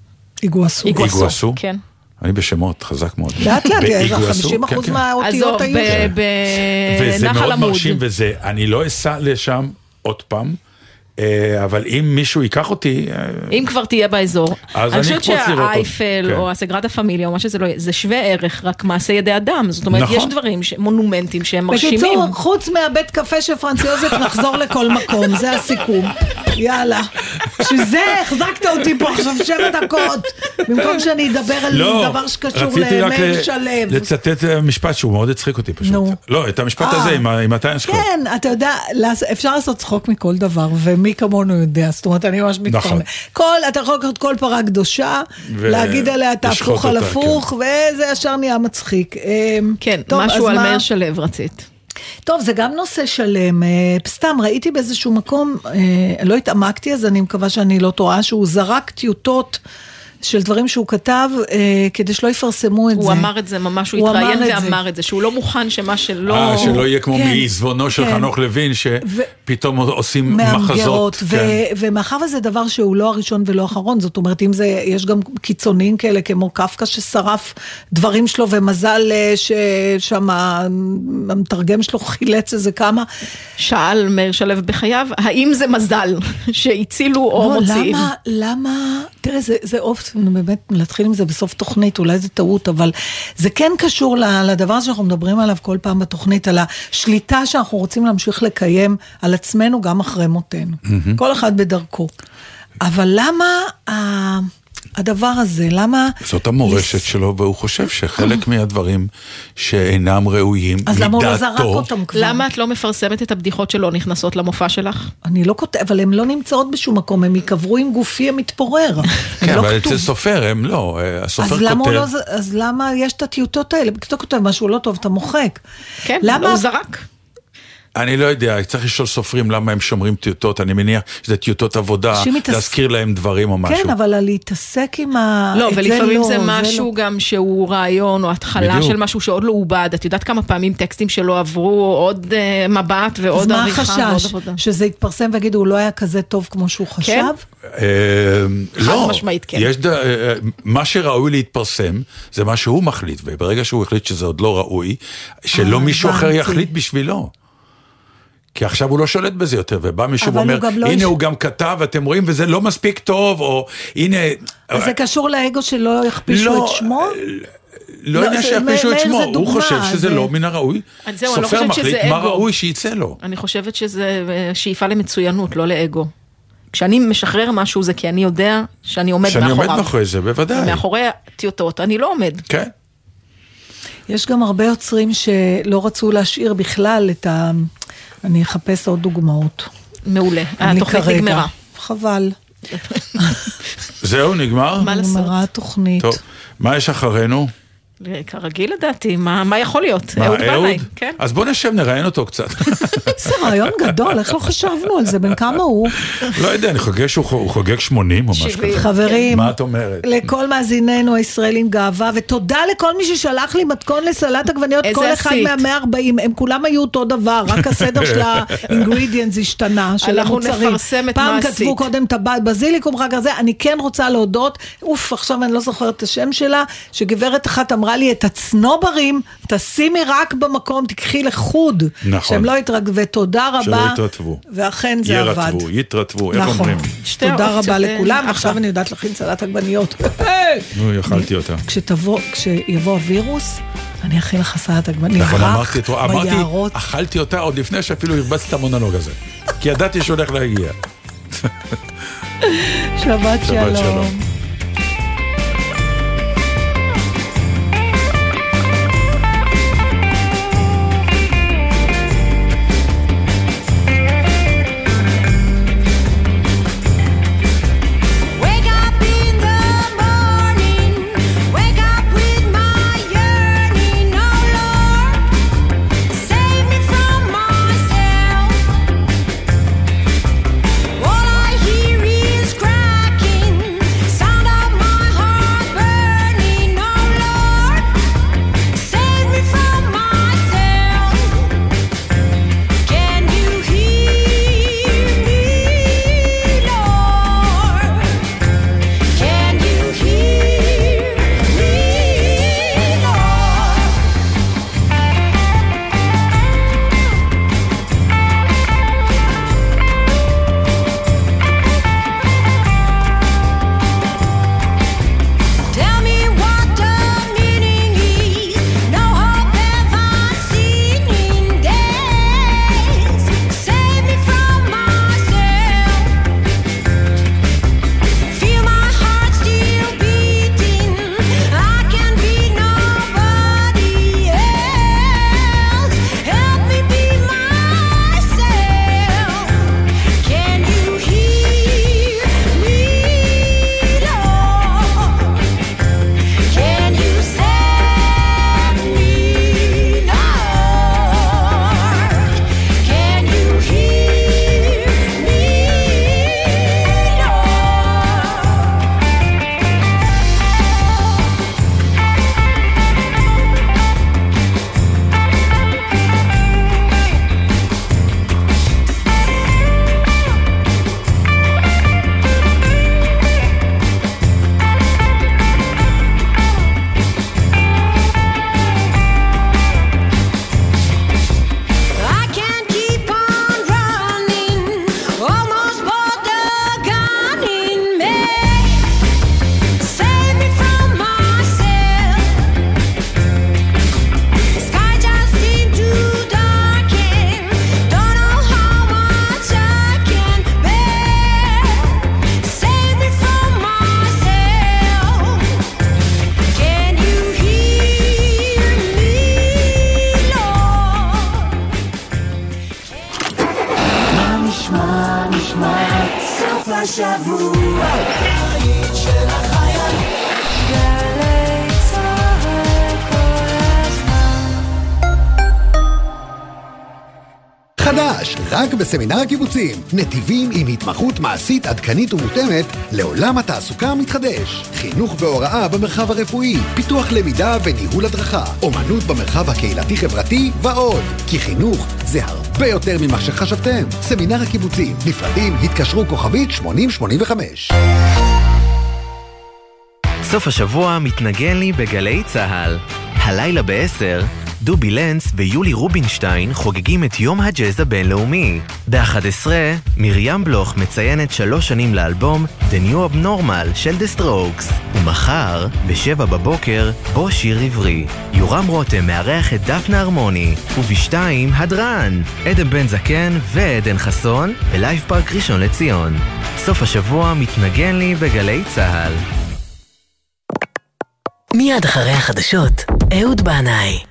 איגואסו. כן. אני בשמות, חזק מאוד. לאט, 50% מהאותיות היו. וזה מאוד מרשים וזה, אני לא אסע לשם עוד פעם, אבל אם מישהו ייקח אותי... אם כבר תהיה באזור. אני חושבת שהאייפל או הסגרדה פמיליה או מה שזה לא יהיה, זה שווה ערך רק מעשה ידי אדם. זאת אומרת, יש דברים, מונומנטים שהם מרשימים. בקיצור, חוץ מהבית קפה של פרנץ יוזף, נחזור לכל מקום. זה הסיכום. יאללה. שזה, החזקת אותי פה עכשיו 7 דקות. במקום שאני אדבר על דבר שקשור למייל שלו. לצטט משפט שהוא מאוד הצחיק אותי פשוט. לא, את המשפט הזה עם 200 שקול. כן, אתה יודע, אפשר לעשות צחוק מכל דבר, ומי כמונו יודע, זאת אומרת, אני ממש מתפרנה. אתה יכול לקחת כל פרה קדושה, להגיד עליה תהפוך על הפוך, וזה ישר נהיה מצחיק. כן, משהו על מאיר שלו רצית. טוב, זה גם נושא שלם. סתם, ראיתי באיזשהו מקום, לא התעמקתי, אז אני מקווה שאני לא טועה, שהוא זרק טיוטות של דברים שהוא כתב, כדי שלא יפרסמו את זה. הוא אמר את זה ממש, הוא התראיין ואמר את זה, שהוא לא מוכן שמה שלא... שלא יהיה כמו מעזבונו של חנוך לוין, שפתאום עושים מחזות. ומאחר וזה דבר שהוא לא הראשון ולא האחרון, זאת אומרת, אם זה, יש גם קיצוניים כאלה, כמו קפקא ששרף דברים שלו, ומזל ששם המתרגם שלו חילץ איזה כמה. שאל מאיר שלו בחייו, האם זה מזל שהצילו או מוציאים? למה? תראה, זה אופט, באמת, להתחיל עם זה בסוף תוכנית, אולי זה טעות, אבל זה כן קשור לדבר שאנחנו מדברים עליו כל פעם בתוכנית, על השליטה שאנחנו רוצים להמשיך לקיים על עצמנו גם אחרי מותנו. כל אחד בדרכו. אבל למה הדבר הזה, למה... זאת המורשת שלו, והוא חושב שחלק מהדברים שאינם ראויים, אז למה הוא לא זרק אותם כבר? למה את לא מפרסמת את הבדיחות שלו נכנסות למופע שלך? אני לא כותב, אבל הן לא נמצאות בשום מקום, הם יקברו עם גופי המתפורר. כן, אבל אצל סופר, הם לא, הסופר כותב. אז למה יש את הטיוטות האלה? אתה כותב משהו לא טוב, אתה מוחק. כן, הוא זרק. אני לא יודע, צריך לשאול סופרים למה הם שומרים טיוטות, אני מניח שזה טיוטות עבודה, להזכיר להם דברים או משהו. כן, אבל להתעסק עם ה... לא, ולפעמים זה משהו גם שהוא רעיון או התחלה של משהו שעוד לא עובד, את יודעת כמה פעמים טקסטים שלא עברו עוד מבט ועוד עריכה ועוד עבודה. אז מה החשש? שזה יתפרסם ויגידו, הוא לא היה כזה טוב כמו שהוא חשב? לא, מה שראוי להתפרסם זה מה שהוא מחליט, וברגע שהוא החליט שזה עוד לא ראוי, שלא מישהו אחר יחליט בשבילו. כי עכשיו הוא לא שולט בזה יותר, ובא מישהו ואומר, הנה הוא גם כתב, אתם רואים, וזה לא מספיק טוב, או הנה... אז זה קשור לאגו שלא יכפישו את שמו? לא עניין שיכפישו את שמו, הוא חושב שזה לא מן הראוי. סופר מחליט מה ראוי שיצא לו. אני חושבת שזה שאיפה למצוינות, לא לאגו. כשאני משחרר משהו זה כי אני יודע שאני עומד מאחוריו. שאני עומד מאחורי זה, בוודאי. מאחורי הטיוטות, אני לא עומד. כן. יש גם הרבה יוצרים שלא רצו להשאיר בכלל את ה... אני אחפש עוד דוגמאות. מעולה. התוכנית נגמרה. חבל. זהו, נגמר? מה לעשות? נגמרה התוכנית. טוב, מה יש אחרינו? כרגיל לדעתי, מה יכול להיות? אהוד בנאי, כן. אז בוא נשב, נראיין אותו קצת. זה רעיון גדול, איך לא חשבנו על זה? בין כמה הוא? לא יודע, אני חוגג שהוא חוגג 80 או משהו כזה. חברים, מה את אומרת? לכל מאזיננו הישראלים גאווה, ותודה לכל מי ששלח לי מתכון לסלט עגבניות, כל אחד מה-140, הם כולם היו אותו דבר, רק הסדר של האינגרידיאנטס השתנה, של המוצרים. אנחנו נפרסם את מה עשית. פעם כתבו קודם את הבזיליקום, רק הזה, אני כן רוצה להודות, עכשיו אני לא זוכרת את השם שלה, שגברת אחת אמרה לי את הצנוברים, תשימי רק במקום, תקחי לחוד. נכון. שהם לא יתרגבו, ותודה רבה. שלא יתרטבו. ואכן זה עבד. יתרטבו, איך אומרים? תודה רבה לכולם, עכשיו אני יודעת להכין סלט עגבניות. נו, יאכלתי אותה. כשיבוא הווירוס, אני אכין לך סלט עגבניות. נכון, אמרתי, אכלתי אותה עוד לפני שאפילו הרבצתי את המונולוג הזה. כי ידעתי שהולך להגיע. שבת שלום. חדש, רק בסמינר הקיבוצים. נתיבים עם התמחות מעשית עדכנית ומותאמת לעולם התעסוקה המתחדש. חינוך והוראה במרחב הרפואי, פיתוח למידה וניהול הדרכה, אומנות במרחב הקהילתי-חברתי ועוד. כי חינוך זה הרבה יותר ממה שחשבתם. סמינר הקיבוצים, נפרדים, התקשרו כוכבית 8085. סוף השבוע מתנגן לי בגלי צהל. הלילה ב-10, דובי לנץ ויולי רובינשטיין חוגגים את יום הג'אז הבינלאומי. ב-11, מרים בלוך מציינת 3 שנים לאלבום The New Abnormal של The Strokes. ומחר, ב-7 בבוקר, בו שיר עברי. יורם רותם מארח את דפנה הרמוני. וב-2, הדרן, אדם בן זקן ועדן חסון בלייב פארק ראשון לציון. סוף השבוע מתנגן לי בגלי צהל. מיד אחרי החדשות, אהוד בנאי.